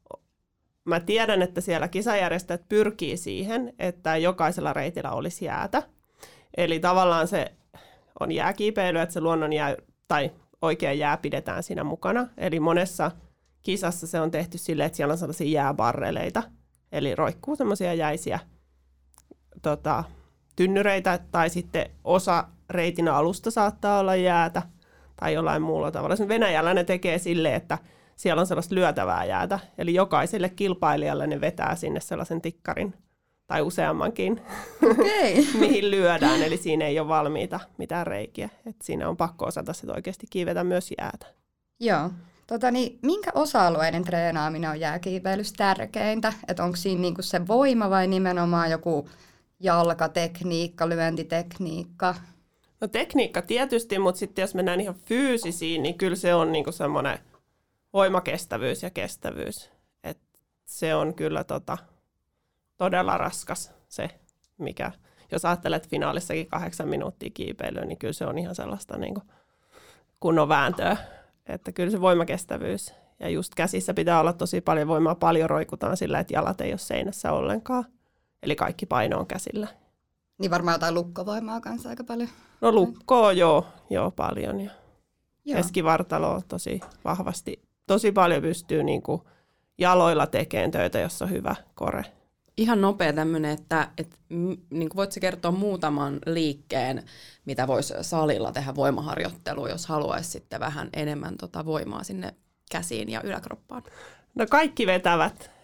mä tiedän, että siellä kisajärjestäjät pyrkii siihen, että jokaisella reitillä olisi jäätä. Eli tavallaan se on jääkiipeily, että se luonnon jää, tai oikea jää pidetään siinä mukana. Eli monessa kisassa se on tehty silleen, että siellä on sellaisia jääbarreleita, eli roikkuu semmoisia jäisiä tota, tynnyreitä, tai sitten osa reitin alusta saattaa olla jäätä, tai jollain muulla tavalla. Venäjällä ne tekee silleen, että siellä on sellaista lyötävää jäätä, eli jokaiselle kilpailijalle ne vetää sinne sellaisen tikkarin, tai useammankin, okay. mihin lyödään, eli siinä ei ole valmiita mitään reikiä. Et siinä on pakko osata sit oikeasti kiivetä myös jäätä. Joo. Tota, niin, minkä osa-alueiden treenaaminen on jääkiipeilyssä tärkeintä? Että onko siinä niinku se voima vai nimenomaan joku jalkatekniikka, lyöntitekniikka? No tekniikka tietysti, mutta sitten jos mennään ihan fyysisiin, niin kyllä se on niinku semmoinen voimakestävyys ja kestävyys. Et se on kyllä tota, todella raskas se, mikä, jos ajattelet finaalissakin kahdeksan minuuttia kiipeilyä, niin kyllä se on ihan sellaista niin kuin kunnon vääntöä. Että kyllä se voimakestävyys ja just käsissä pitää olla tosi paljon voimaa, paljon roikutaan sillä, että jalat ei ole seinässä ollenkaan. Eli kaikki paino on käsillä. Niin varmaan jotain lukkovoimaa kanssa aika paljon. No lukkoa joo, joo paljon ja joo. Keskivartaloa tosi vahvasti. Tosi paljon pystyy niin kuin jaloilla tekemään töitä, jos on hyvä kore. Ihan nopea tämmöinen, että et, m, niin voitko kertoa muutaman liikkeen, mitä voisi salilla tehdä voimaharjoittelua, jos haluaisi sitten vähän enemmän tota voimaa sinne käsiin ja yläkroppaan? No kaikki vetävät,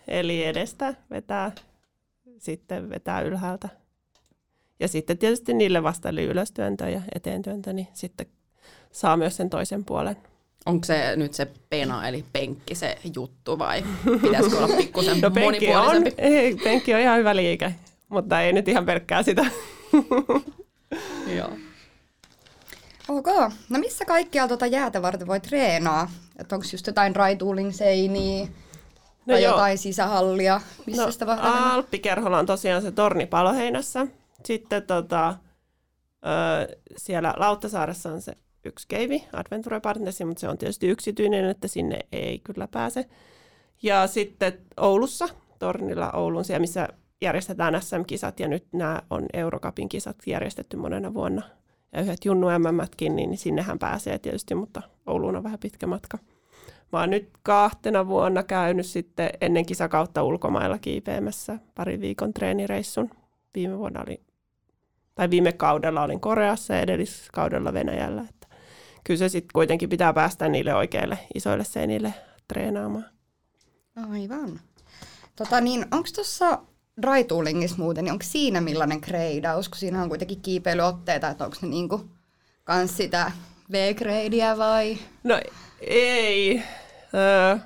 eli edestä vetää, sitten vetää ylhäältä. Ja sitten tietysti niille vasta eli ylöstyöntö ja eteentyöntö, niin sitten saa myös sen toisen puolen. Onko se nyt se pena eli penkki se juttu vai pitäisikö olla pikkusen no, penkki monipuolisempi? On, ei, penkki on ihan hyvä liike, mutta ei nyt ihan pelkkää sitä. Joo. Ok. No missä kaikkialla tuota jäätä varten voi treenaa? Onko just jotain raituuling-seiniä no tai joo. jotain sisähallia? Missä no, sitä voi Alppikerholla on tosiaan se torni Paloheinässä. Sitten tota, ö, siellä Lauttasaaressa on se yksi keivi, Adventure Partners, mutta se on tietysti yksityinen, että sinne ei kyllä pääse. Ja sitten Oulussa, tornilla Oulun, siellä missä järjestetään S M-kisat, ja nyt nämä on Eurocupin kisat järjestetty monena vuonna. Ja yhdet Junnu M M:tkin, niin sinnehän pääsee tietysti, mutta Ouluun on vähän pitkä matka. Mä oon nyt kahtena vuonna käynyt sitten ennen kisakautta ulkomailla kiipeämässä parin viikon treenireissun. Viime vuonna oli, tai viime kaudella olin Koreassa ja edelliskaudella Venäjällä. Että kyllä se sitten kuitenkin pitää päästä niille oikeille isoille seinille treenaamaan. Aivan. Tota niin, onko tuossa raituulingissa muuten, niin onko siinä millainen greidaus, kun siinä on kuitenkin kiipeilyotteita, että onko ne niinku kans sitä V-greidiä vai? No ei. Öö,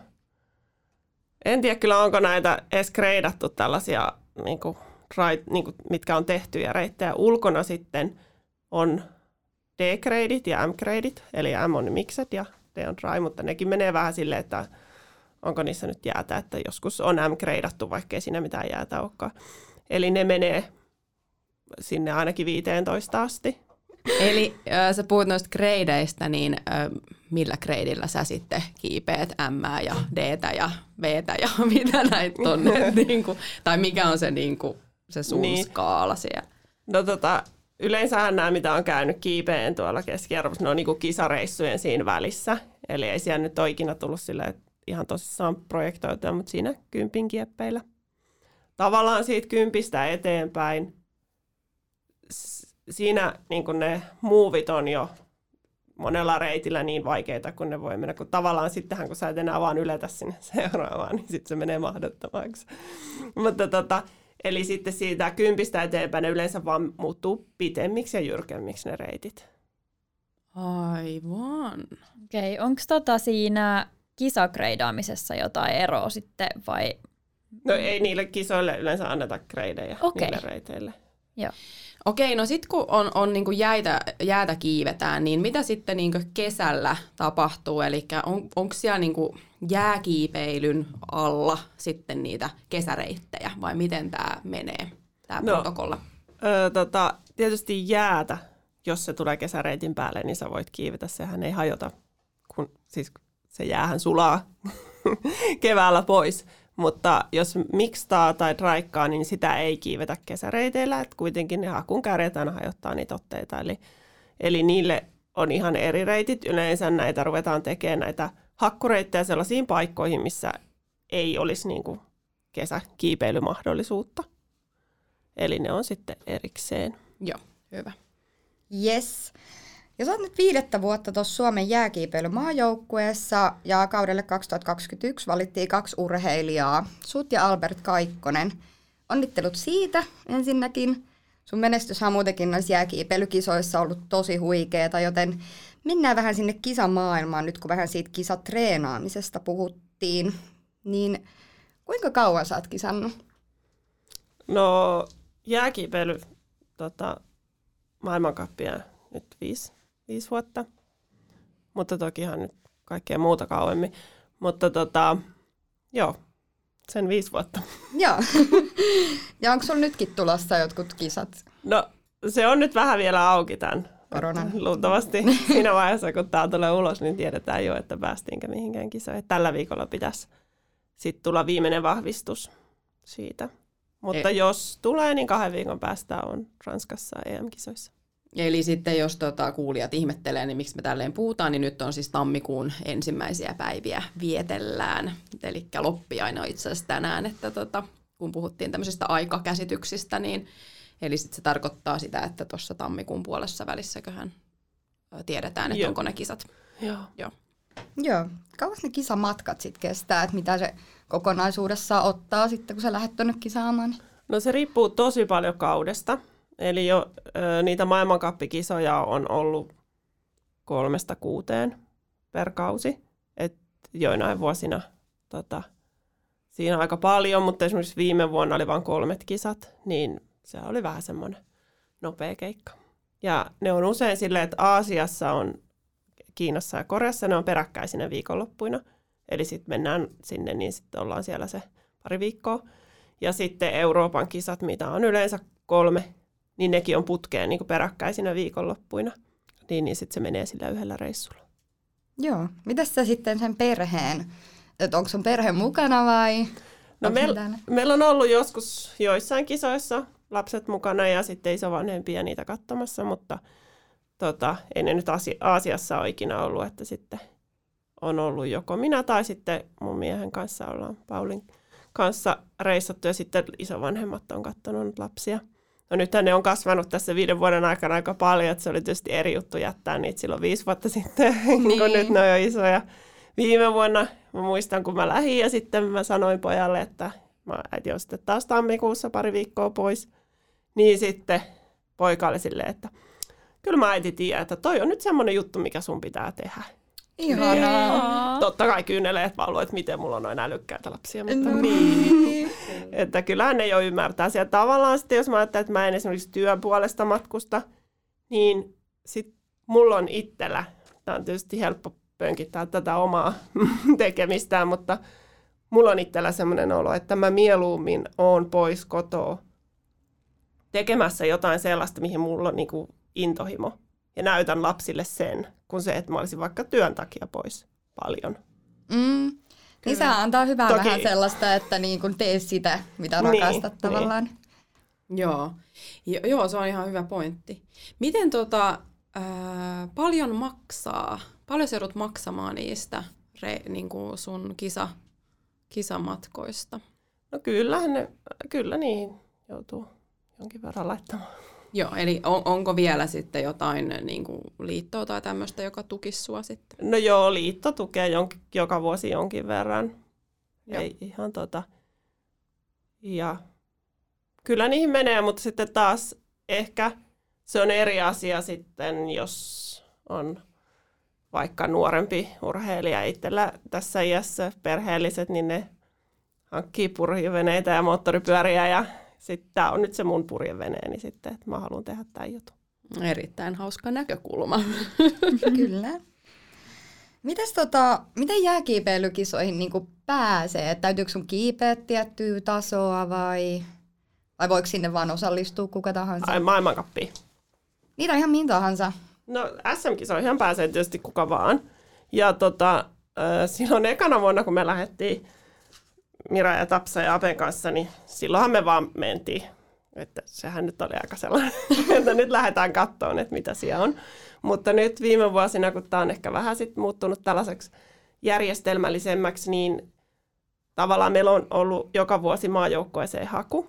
en tiedä kyllä, onko näitä edes greidattu tällaisia, niinku, rait, niinku, mitkä on tehtyjä reittejä. Ulkona sitten on D-greidit ja M-greidit, eli M on mixed ja D on dry, mutta nekin menee vähän silleen, että onko niissä nyt jäätä, että joskus on M-greidattu, vaikkei siinä mitään jäätä olekaan. Eli ne menee sinne ainakin viiteentoista asti. Eli äh, sä puhut noista greideistä, niin äh, millä greidillä sä sitten kiipeät M ja Dtä ja Vtä ja mitä näitä on? niin kuin, tai mikä on se, niin kuin, se sun niin. skaala siellä? No tota, yleensähän nämä, mitä on käynyt kiipeen tuolla Keski-Euroopassa, ne on niin kuin kisareissujen siinä välissä. Eli ei siellä nyt ole ikinä tullut silleen, että ihan tosissaan projektoitua, mutta siinä kympin kieppeillä. Tavallaan siitä kympistä eteenpäin siinä niin kun ne muuvit on jo monella reitillä niin vaikeita, kun ne voi mennä. Kun tavallaan sittenhän, kun sä et enää vaan yletä sinne seuraavaan, niin sitten se menee mahdottomaksi. Mutta tota, eli sitten siitä kympistä eteenpäin ne yleensä vaan muuttuu pitemmiksi ja jyrkemmiksi ne reitit. Aivan. Okei, okay, onko tota siinä kisagreidaamisessa jotain eroa sitten vai? No ei niille kisoille yleensä anneta kreidejä okay. niille reiteille. Joo. Okei, no sitten kun on, on niinku jäitä, jäätä kiivetään, niin mitä sitten niinku kesällä tapahtuu? Eli on, onko siellä niinku jääkiipeilyn alla sitten niitä kesäreittejä vai miten tämä menee, tämä no, protokolla? Ö, tota, tietysti jäätä, jos se tulee kesäreitin päälle, niin sä voit kiivetä. Sehän ei hajota, kun siis se jäähän sulaa keväällä pois. Mutta jos mikstaa tai traikkaa, niin sitä ei kiivetä kesäreiteillä. Et kuitenkin ne hakun kärjet aina hajottaa niitä otteita. Eli, eli niille on ihan eri reitit. Yleensä näitä ruvetaan tekemään näitä hakkureittejä sellaisiin paikkoihin, missä ei olisi niin kuin kesäkiipeilymahdollisuutta. Eli ne on sitten erikseen. Joo, hyvä. Yes. Ja sä oot nyt viidettä vuotta tuossa Suomen jääkiipeilymaajoukkueessa ja kaudelle kaksituhattakaksikymmentäyksi valittiin kaksi urheilijaa, sut ja Albert Kaikkonen. Onnittelut siitä ensinnäkin. Sun menestyshän on muutenkin näissä jääkiipeilykisoissa ollut tosi huikeeta, joten mennään vähän sinne kisamaailmaan nyt, kun vähän siitä kisatreenaamisesta puhuttiin. Niin kuinka kauan sä oot kisannut? No jääkiipeily tota, maailmankappia nyt viisi. Viisi vuotta, mutta tokihan nyt kaikkea muuta kauemmin. Mutta tota, joo, sen viisi vuotta. Joo. Ja onko sulla nytkin tulossa jotkut kisat? No se on nyt vähän vielä auki tämän. Koronan. Luultavasti siinä vaiheessa, kun tämä tulee ulos, niin tiedetään jo, että päästiinkö mihinkään kisaan. Tällä viikolla pitäisi sitten tulla viimeinen vahvistus siitä. Mutta e- jos tulee, niin kahden viikon päästä on Ranskassa E M-kisoissa. Eli sitten jos tota, kuulijat ihmettelee, niin miksi me tälleen puhutaan, niin nyt on siis tammikuun ensimmäisiä päiviä vietellään. Eli loppiainen on itse asiassa tänään, että tota, kun puhuttiin tämmöisistä aikakäsityksistä, niin eli sitten se tarkoittaa sitä, että tuossa tammikuun puolessa välissäköhän tiedetään, että Joo. onko ne kisat. Joo. Joo. Joo. Kauas ne kisamatkat sitten kestää, että mitä se kokonaisuudessaan ottaa sitten, kun sä lähdet tuonne kisaamaan? No se riippuu tosi paljon kaudesta. Eli jo ö, niitä maailmankappikisoja on ollut kolmesta kuuteen per kausi. Et joinain vuosina tota, siinä on aika paljon, mutta esimerkiksi viime vuonna oli vain kolmet kisat, niin se oli vähän semmoinen nopea keikka. Ja ne on usein silleen, että Aasiassa on, Kiinassa ja Koreassa ne on peräkkäisinä viikonloppuina. Eli sitten mennään sinne, niin sitten ollaan siellä se pari viikkoa. Ja sitten Euroopan kisat, mitä on yleensä kolme, niin nekin on putkeen niin kuin peräkkäisinä viikonloppuina. Niin, niin sitten se menee sillä yhdellä reissulla. Joo. Mitäs sä sitten sen perheen? Että onko sun perhe mukana vai? No meillä meil on ollut joskus joissain kisoissa lapset mukana ja sitten isovanhempia niitä katsomassa, mutta tota, ei ne nyt Aasiassa ole ikinä ollut, että sitten on ollut joko minä tai sitten mun miehen kanssa ollaan Paulin kanssa reissattu ja sitten isovanhemmat on katsonut lapsia. No nythän ne on kasvanut tässä viiden vuoden aikana aika paljon, että se oli tietysti eri juttu jättää niitä silloin viisi vuotta sitten, niin. kun nyt ne on jo isoja. Viime vuonna mä muistan, kun mä lähdin ja sitten mä sanoin pojalle, että mä äiti on sitten taas tammikuussa pari viikkoa pois. Niin sitten poika oli silleen, että kyllä mä äiti tiedän, että toi on nyt semmoinen juttu, mikä sun pitää tehdä. Ihanaa. Totta kai kyyneleet valuu, että miten mulla on noin älykkäitä lapsia, mutta niin. Että kyllähän ne jo ymmärtää sieltä. Tavallaan sitten, jos mä ajattelen, että mä en esimerkiksi työn puolesta matkusta, niin sit mulla on itsellä, tämä on tietysti helppo pönkittää tätä omaa tekemistään, mutta mulla on itsellä semmoinen olo, että mä mieluummin oon pois kotoa tekemässä jotain sellaista, mihin mulla on niin kuin intohimo. Ja näytän lapsille sen, kun se, että mä olisin vaikka työn takia pois paljon. Mm. Niin se antaa hyvää Toki. vähän sellaista, että niin kun tee sitä, mitä niin, rakastat niin. tavallaan. Joo. Jo, joo, se on ihan hyvä pointti. Miten tota, ää, paljon maksaa, paljon sä joudut maksamaan niistä re, niin kuin sun kisa, kisamatkoista? No kyllähän ne, kyllä niihin joutuu jonkin verran laittamaan. Joo, eli on, onko vielä sitten jotain niin kuin liittoa tai tämmöistä, joka tukisi sua sitten? No joo, liitto tukee jonkin, joka vuosi jonkin verran. Joo. Ei ihan tota. Ja kyllä niihin menee, mutta sitten taas ehkä se on eri asia sitten, jos on vaikka nuorempi urheilija itsellä tässä iässä, perheelliset, niin ne hankkii purjeveneitä ja moottoripyöriä ja sitten tämä on nyt se mun purjeveneeni sitten, että mä haluan tehdä tämän jutun. Erittäin hauska näkökulma. Kyllä. Mites tota, miten jääkiipeilykisoihin niin pääsee? Täytyykö sun kiipeä tiettyä tasoa vai, vai voiko sinne vaan osallistua kuka tahansa? Ai maailmankappiin. Niitä ihan mihin tahansa. No S M-kisoihin pääsee tietysti kuka vaan. Ja tota, silloin ekana vuonna, kun me lähdettiin Mira ja Tapsa ja Apen kanssa, niin silloinhan me vaan mentiin. Että sehän nyt oli aika sellainen, että nyt lähdetään katsomaan, että mitä siellä on. Mutta nyt viime vuosina, kun tämä on ehkä vähän sit muuttunut tällaiseksi järjestelmällisemmäksi, niin tavallaan meillä on ollut joka vuosi maajoukkueeseen haku.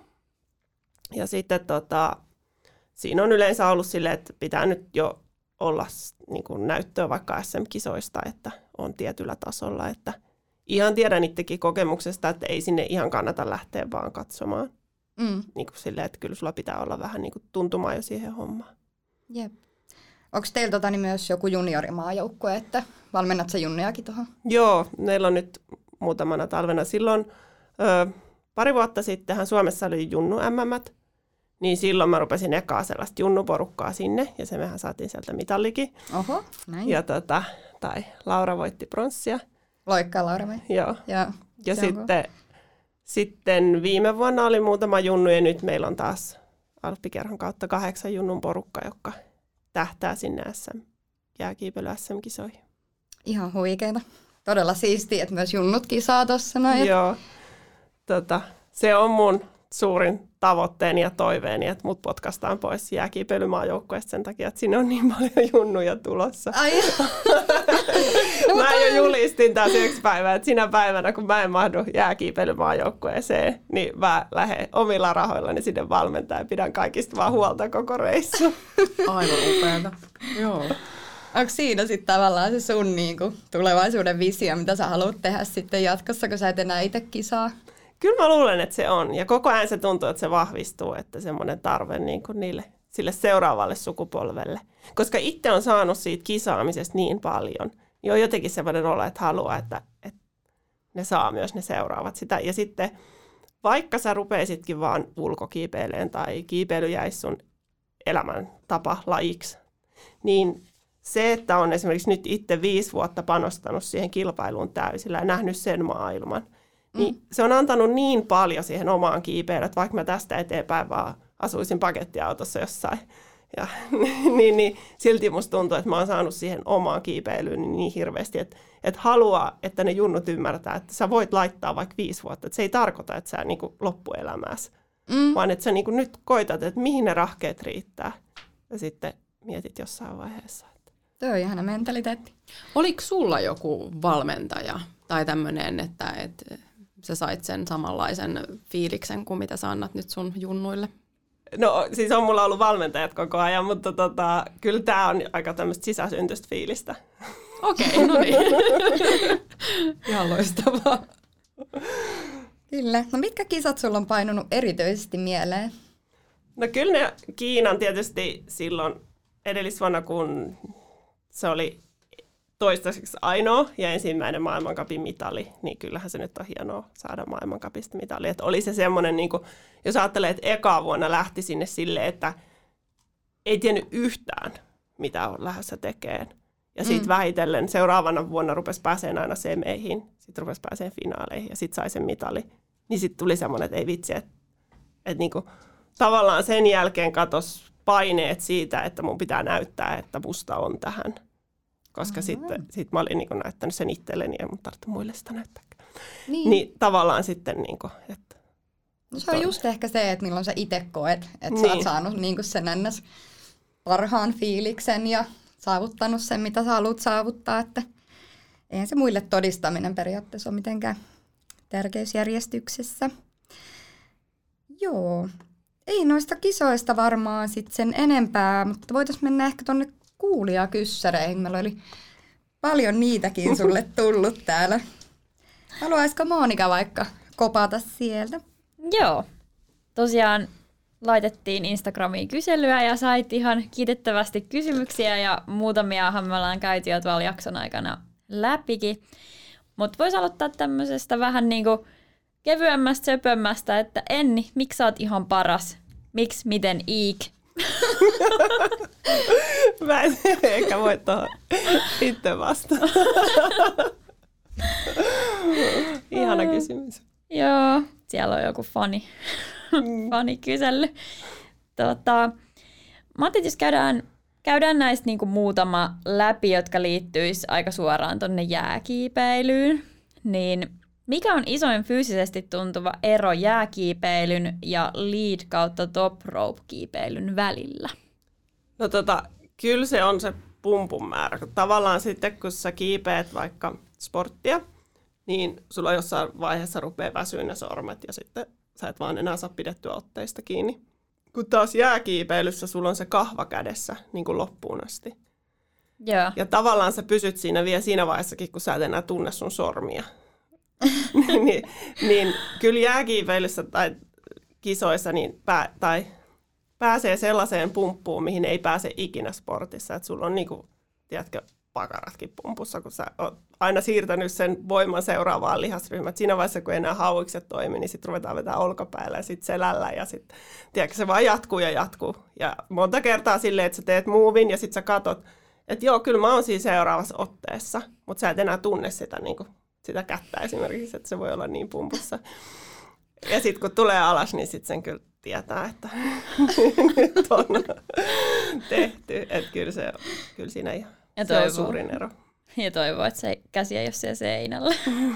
Ja sitten tota, siinä on yleensä ollut silleen, että pitää nyt jo olla niin kuin näyttöä vaikka S M-kisoista, että on tietyllä tasolla, että ihan tiedän itsekin kokemuksesta, että ei sinne ihan kannata lähteä vaan katsomaan. Mm. Niin kuin silleen, että kyllä sulla pitää olla vähän niin kuin tuntumaa jo siihen hommaan. Jep. Onko teillä tota, niin myös joku juniorimaajoukkue, että valmennat sä junniakin tuohon? Joo, meillä on nyt muutamana talvena. Silloin ö, pari vuotta sittenhän Suomessa oli junnu M M:t, niin silloin mä rupesin ekaa sellaista junnuporukkaa sinne, ja se mehän saatiin sieltä mitallikin. Oho, näin. Ja tota, tai Laura voitti pronssia. Loikkaa Laura vai? Joo. Ja, ja sitten, sitten viime vuonna oli muutama junnu ja nyt meillä on taas Alppikerhon kautta kahdeksan junnun porukka, joka tähtää sinne S M, jääkiipeily S M-kisoihin. Ihan huikeeta. Todella siistiä, että myös junnut kisaa tuossa noin. Joo. Tota, se on mun suurin tavoitteeni ja toiveeni, että mut potkastaan pois jääkiipeilymaajoukkueesta sen takia, että sinne on niin paljon junnuja tulossa. Ai. Mä jo julistin taas yksi päivä, että sinä päivänä, kun mä en mahdu jääkiipeilymaajoukkueeseen, niin mä lähden omilla rahoillani sinne valmentaa ja pidän kaikista vaan huolta koko reissu. Aivan upeata. Joo. Onko siinä sitten tavallaan se sun niinku tulevaisuuden visio, mitä sä haluat tehdä sitten jatkossa, kun sä et enää itse kisaa? Kyllä mä luulen, että se on. Ja koko ajan se tuntuu, että se vahvistuu, että semmoinen tarve niin kuin niille, sille seuraavalle sukupolvelle. Koska itse on saanut siitä kisaamisesta niin paljon, niin on jotenkin semmoinen olo, että haluaa, että, että ne saa myös ne seuraavat sitä. Ja sitten vaikka sä rupeisitkin vaan ulkokiipeileen tai kiipeily jäisi sun elämäntapa lajiksi, niin se, että on esimerkiksi nyt itse viisi vuotta panostanut siihen kilpailuun täysillä ja nähnyt sen maailman, niin mm. se on antanut niin paljon siihen omaan kiipeilyyn, että vaikka mä tästä eteenpäin vaan asuisin pakettiautossa jossain, ja, niin, niin silti musta tuntuu, että mä oon saanut siihen omaan kiipeilyyn niin, niin hirveästi, että, että haluaa, että ne junnut ymmärtää, että sä voit laittaa vaikka viisi vuotta, että se ei tarkoita, että sä niin kuin loppuelämässä, mm. vaan että sä niin kuin nyt koitat, että mihin ne rahkeet riittää, ja sitten mietit jossain vaiheessa. Tuo on ihana mentaliteetti. Oliko sulla joku valmentaja tai tämmöinen, että, että sä sait sen samanlaisen fiiliksen kuin mitä sä annat nyt sun junnuille? No siis on mulla ollut valmentajat koko ajan, mutta tota, kyllä tää on aika tämmöistä sisäsyntyistä fiilistä. Okei, okay, no niin. Ihan loistavaa. Kyllä. No mitkä kisat sulla on painunut erityisesti mieleen? No kyllä ne Kiinan tietysti silloin edellisvuonna, kun se oli toistaiseksi ainoa ja ensimmäinen maailmancupin mitali, niin kyllähän se nyt on hienoa saada maailmancupista mitali. Että oli se semmoinen, niin kuin, jos ajattelee, että eka vuonna lähti sinne silleen, että ei tiennyt yhtään, mitä on lähdössä tekemään. Ja sitten mm. vähitellen seuraavana vuonna rupesi pääsemään aina semeihin, sitten rupesi pääsemään finaaleihin ja sitten sai sen mitali. Niin sitten tuli semmoinen, että ei vitsi, että, että niin kuin, tavallaan sen jälkeen katosi paineet siitä, että mun pitää näyttää, että musta on tähän. Koska sitten sit mä olin niin kuin näyttänyt sen itselleni ja mun tarvitse muille sitä näyttää. Niin. niin tavallaan sitten, niin kuin, että... No se on just ehkä se, että milloin sä itse koet, että niin. sä oot saanut niin kuin sen ennäs parhaan fiiliksen ja saavuttanut sen, mitä sä haluat saavuttaa. Että eihän se muille todistaminen periaatteessa ole mitenkään tärkeysjärjestyksessä. Joo. Ei noista kisoista varmaan sit sen enempää, mutta voitaisiin mennä ehkä tuonne kuulijakyssäreihin. Meillä oli paljon niitäkin sulle tullut täällä. Haluaisiko Monika vaikka kopata sieltä? Joo. Tosiaan laitettiin Instagramiin kyselyä ja sait ihan kiitettävästi kysymyksiä ja muutamiahan me ollaan käyty jo tuolla jakson aikana läpikin. Mutta voisi aloittaa tämmöisestä vähän niinku kevyemmästä, söpömmästä, että Enni, miksi sä oot ihan paras? Miksi, miten, iik? Mä en ehkä voi tuohon itse vastata. Ihana kysymys. Joo, siellä on joku fani, fani kysellyt. Tota, mä ajattelin, jos käydään, käydään näistä niinku muutama läpi, jotka liittyisi aika suoraan tonne jääkiipeilyyn, niin mikä on isoin fyysisesti tuntuva ero jääkiipeilyn ja lead kautta top rope kiipeilyn välillä? No tota, kyllä se on se pumpun määrä. Tavallaan sitten, kun sä kiipeät vaikka sporttia, niin sulla jossain vaiheessa rupeaa väsyä ne sormet ja sitten sä et vaan enää saa pidettyä otteista kiinni. Kun taas jääkiipeilyssä sulla on se kahva kädessä niin kuin loppuun asti. Yeah. Ja tavallaan sä pysyt siinä vielä siinä vaiheessakin, kun sä et enää tunne sun sormia. niin, niin kyllä jääkiipeilyssä tai kisoissa niin pää, tai pääsee sellaiseen pumppuun, mihin ei pääse ikinä sportissa. Että sulla on niinku, tiedätkö, pakaratkin pumpussa, kun sä oot aina siirtänyt sen voiman seuraavaan lihasryhmään. Siinä vaiheessa, kun enää hauikset toimi, niin sitten ruvetaan vetää olkapäällä ja sitten selällä ja sitten, tiedätkö, se vaan jatkuu ja jatkuu. Ja monta kertaa silleen, että sä teet movin ja sitten sä katot, että joo, kyllä mä oon siinä seuraavassa otteessa, mutta sä et enää tunne sitä, niin kuin, sitä kättä esimerkiksi, että se voi olla niin pumpussa. Ja sitten kun tulee alas, niin sitten sen kyllä tietää, että nyt on tehty. Että kyllä, se, kyllä siinä ihan, se on suurin ero. Ja toivoo, että se käsi ei ole siellä seinällä.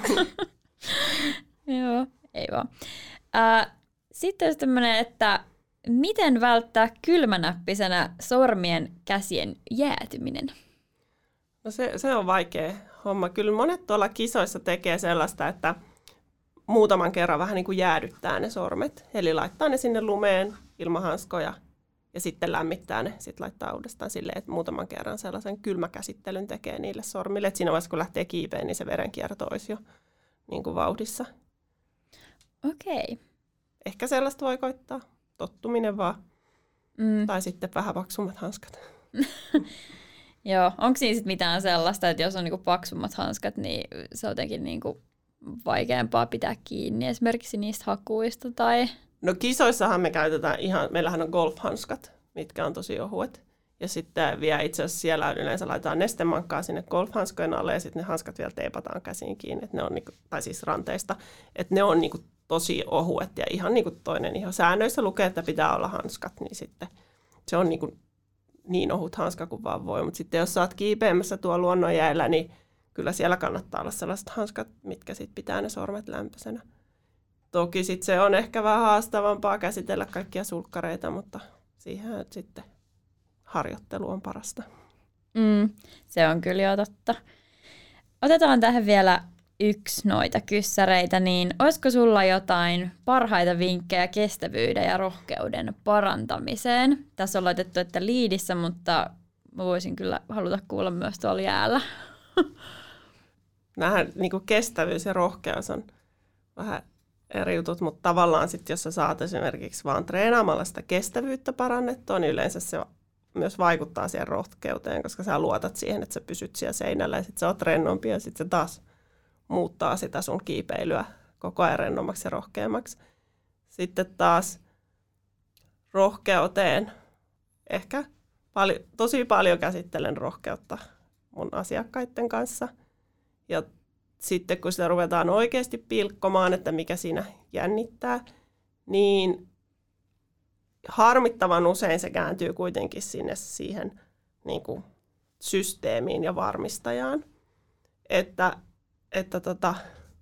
Joo, ei vaan. Äh, sitten olisi tämmöinen, että miten välttää kylmänäppisenä sormien käsien jäätyminen? No se, se on vaikea homma. Kyllä monet tuolla kisoissa tekee sellaista, että muutaman kerran vähän niin kuin jäädyttää ne sormet. Eli laittaa ne sinne lumeen ilman hanskoja ja sitten lämmittää ne, sitten laittaa uudestaan silleen, että muutaman kerran sellaisen kylmäkäsittelyn tekee niille sormille. Et siinä vaiheessa, kun lähtee kiipeen, niin se verenkierto olisi jo niin kuin vauhdissa. Okei. Okay. Ehkä sellaista voi koittaa. Tottuminen vaan. Mm. Tai sitten vähän paksummat hanskat. Joo, onko siinä sitten mitään sellaista, että jos on niinku paksummat hanskat, niin se on jotenkin niinku vaikeampaa pitää kiinni esimerkiksi niistä hakuista? Tai... No kisoissahan me käytetään ihan, meillähän on golfhanskat, mitkä on tosi ohuet. Ja sitten vielä itse asiassa siellä yleensä laitetaan nestemankkaa sinne golfhanskojen alle ja sitten ne hanskat vielä teipataan käsiin kiinni, että ne on niinku, tai siis ranteista, että ne on niinku tosi ohuet ja ihan niinku toinen ihan säännöissä lukee, että pitää olla hanskat, niin sitten se on niinku niin ohut hanska kuin vaan voi. Mutta sitten jos sä oot kiipeämässä tuolla luonnonjäällä, niin kyllä siellä kannattaa olla sellaiset hanskat, mitkä sitten pitää ne sormet lämpöisenä. Toki sitten se on ehkä vähän haastavampaa käsitellä kaikkia sulkkareita, mutta siihen sitten harjoittelu on parasta. Mm, se on kyllä jo totta. Otetaan tähän vielä yksi noita kyssäreitä, niin olisiko sulla jotain parhaita vinkkejä kestävyyden ja rohkeuden parantamiseen? Tässä on laitettu, että liidissä, mutta mä voisin kyllä haluta kuulla myös tuolla jäällä. Nämähän niin kuin kestävyys ja rohkeus on vähän eri jutut, mutta tavallaan sitten, jos sä saat esimerkiksi vaan treenaamalla sitä kestävyyttä parannettua, niin yleensä se myös vaikuttaa siihen rohkeuteen, koska sä luotat siihen, että sä pysyt siellä seinällä ja sitten sä oot rennompi ja sitten se taas muuttaa sitä sun kiipeilyä koko ajan rennommaksi ja rohkeammaksi. Sitten taas rohkeuteen. Ehkä paljon, tosi paljon käsittelen rohkeutta mun asiakkaiden kanssa. Ja sitten kun sitä ruvetaan oikeasti pilkkomaan, että mikä siinä jännittää, niin harmittavan usein se kääntyy kuitenkin sinne siihen niin kuin systeemiin ja varmistajaan. Että Että tota,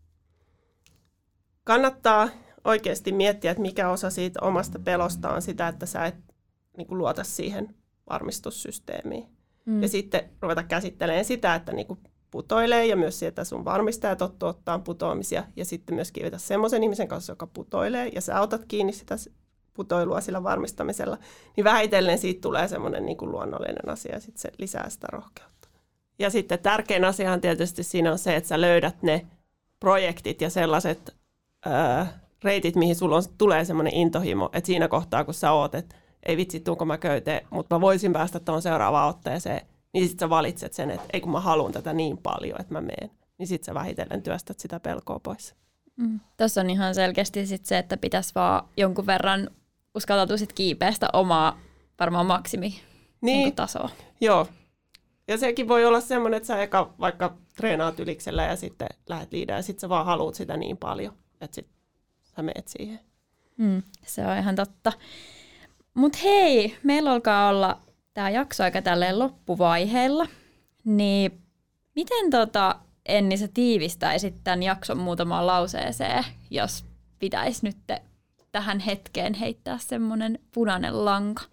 kannattaa oikeasti miettiä, että mikä osa siitä omasta pelosta on sitä, että sä et niin kuin luota siihen varmistussysteemiin. Mm. Ja sitten ruveta käsittelemään sitä, että niin kuin putoilee ja myös sieltä sun varmistajat tottuu ottaa putoamisia ja sitten myös kiivetä semmoisen ihmisen kanssa, joka putoilee ja sä otat kiinni sitä putoilua sillä varmistamisella, niin vähitellen siitä tulee semmoinen niin kuin luonnollinen asia ja sitten se lisää sitä rohkeutta. Ja sitten tärkein asiahan tietysti siinä on se, että sä löydät ne projektit ja sellaiset ää, reitit, mihin sulla on, tulee semmoinen intohimo, että siinä kohtaa, kun sä oot, että ei vitsi, tuunko mä köyteen, mutta mä voisin päästä tuohon seuraavaan otteeseen, niin sitten sä valitset sen, että ei kun mä haluan tätä niin paljon, että mä meen. Niin sitten sä vähitellen työstät sitä pelkoa pois. Mm. Tuossa on ihan selkeästi sit se, että pitäisi vaan jonkun verran uskaltautua sit kiipeästä omaa varmaan maksimi niin. Niin tasoa. Joo. Ja sekin voi olla semmoinen, että sä eka vaikka treenaat yliksellä ja sitten lähdet liidään ja sitten sä vaan haluat sitä niin paljon, että sitten sä meet siihen. Mm, se on ihan totta. Mutta hei, meillä alkaa olla tämä jakso aika tälleen loppuvaiheella, niin miten tota, Enni sä tiivistäisit tämän jakson muutamaan lauseeseen, jos pitäisi nyt tähän hetkeen heittää semmoinen punainen lanka?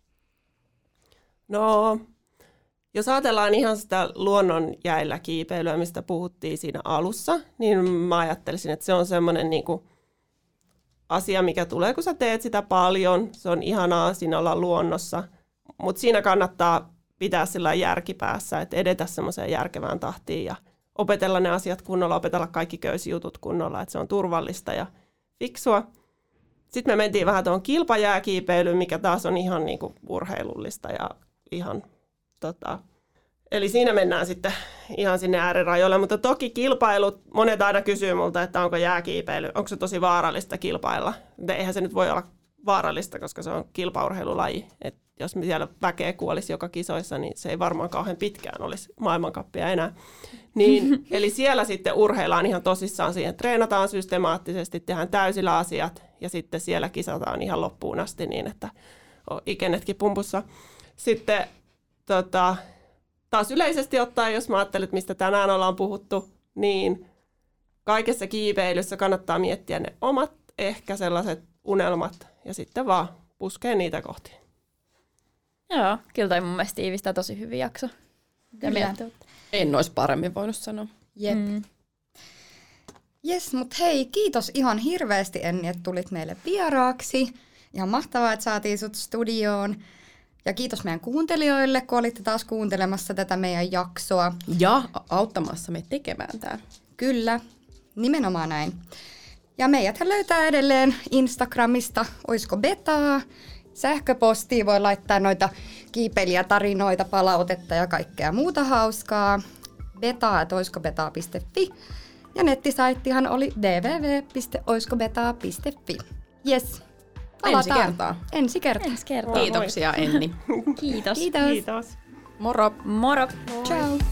No, jos ajatellaan ihan sitä luonnon jäillä kiipeilyä, mistä puhuttiin siinä alussa, niin mä ajattelisin, että se on semmoinen niin kuin asia, mikä tulee, kun sä teet sitä paljon. Se on ihanaa siinä olla luonnossa, mutta siinä kannattaa pitää sillä järkipäässä, että edetä semmoiseen järkevään tahtiin ja opetella ne asiat kunnolla, opetella kaikki köysijutut kunnolla, että se on turvallista ja fiksua. Sitten me mentiin vähän tuohon kilpajääkiipeilyyn, mikä taas on ihan niin kuin urheilullista ja ihan tota, eli siinä mennään sitten ihan sinne äärirajoille, mutta toki kilpailut, monet aina kysyy multa, että onko jääkiipeily, onko se tosi vaarallista kilpailla. Eihän se nyt voi olla vaarallista, koska se on kilpaurheilulaji. Et jos me siellä väkeä kuolisi joka kisoissa, niin se ei varmaan kauhean pitkään olisi maailmankappia enää. Niin, eli siellä sitten urheillaan ihan tosissaan siihen, treenataan systemaattisesti, tehdään täysillä asiat ja sitten siellä kisataan ihan loppuun asti niin, että on ikenetkin pumpussa. Sitten tota, taas yleisesti ottaen, jos mä ajattelen, että mistä tänään ollaan puhuttu, niin kaikessa kiipeilyssä kannattaa miettiä ne omat ehkä sellaiset unelmat ja sitten vaan puskee niitä kohti. Joo, kyllä toi mun mielestä tiivistää tosi hyvin jakso. En olisi paremmin voinut sanoa. Jep. Mm. Jes, mutta hei, kiitos ihan hirveästi Enni, että tulit meille vieraaksi. Ihan mahtavaa, että saatiin sut studioon. Ja kiitos meidän kuuntelijoille, kun olitte taas kuuntelemassa tätä meidän jaksoa. Ja auttamassa me tekemään tää. Kyllä, nimenomaan näin. Ja meidäthän löytää edelleen Instagramista, oisko betaa. Sähköpostiin voi laittaa noita kiipeilijätarinoita, palautetta ja kaikkea muuta hauskaa. beta at oiskobetaa piste fi. Ja nettisaittihan oli double-u double-u double-u piste oiskobetaa piste fi. Jes, palataan. Ensi kertaa. Ensi kertaa. Ensi kertaa. Kiitoksia Enni. Kiitos. Kiitos. Kiitos. Moro. Moro. Ciao.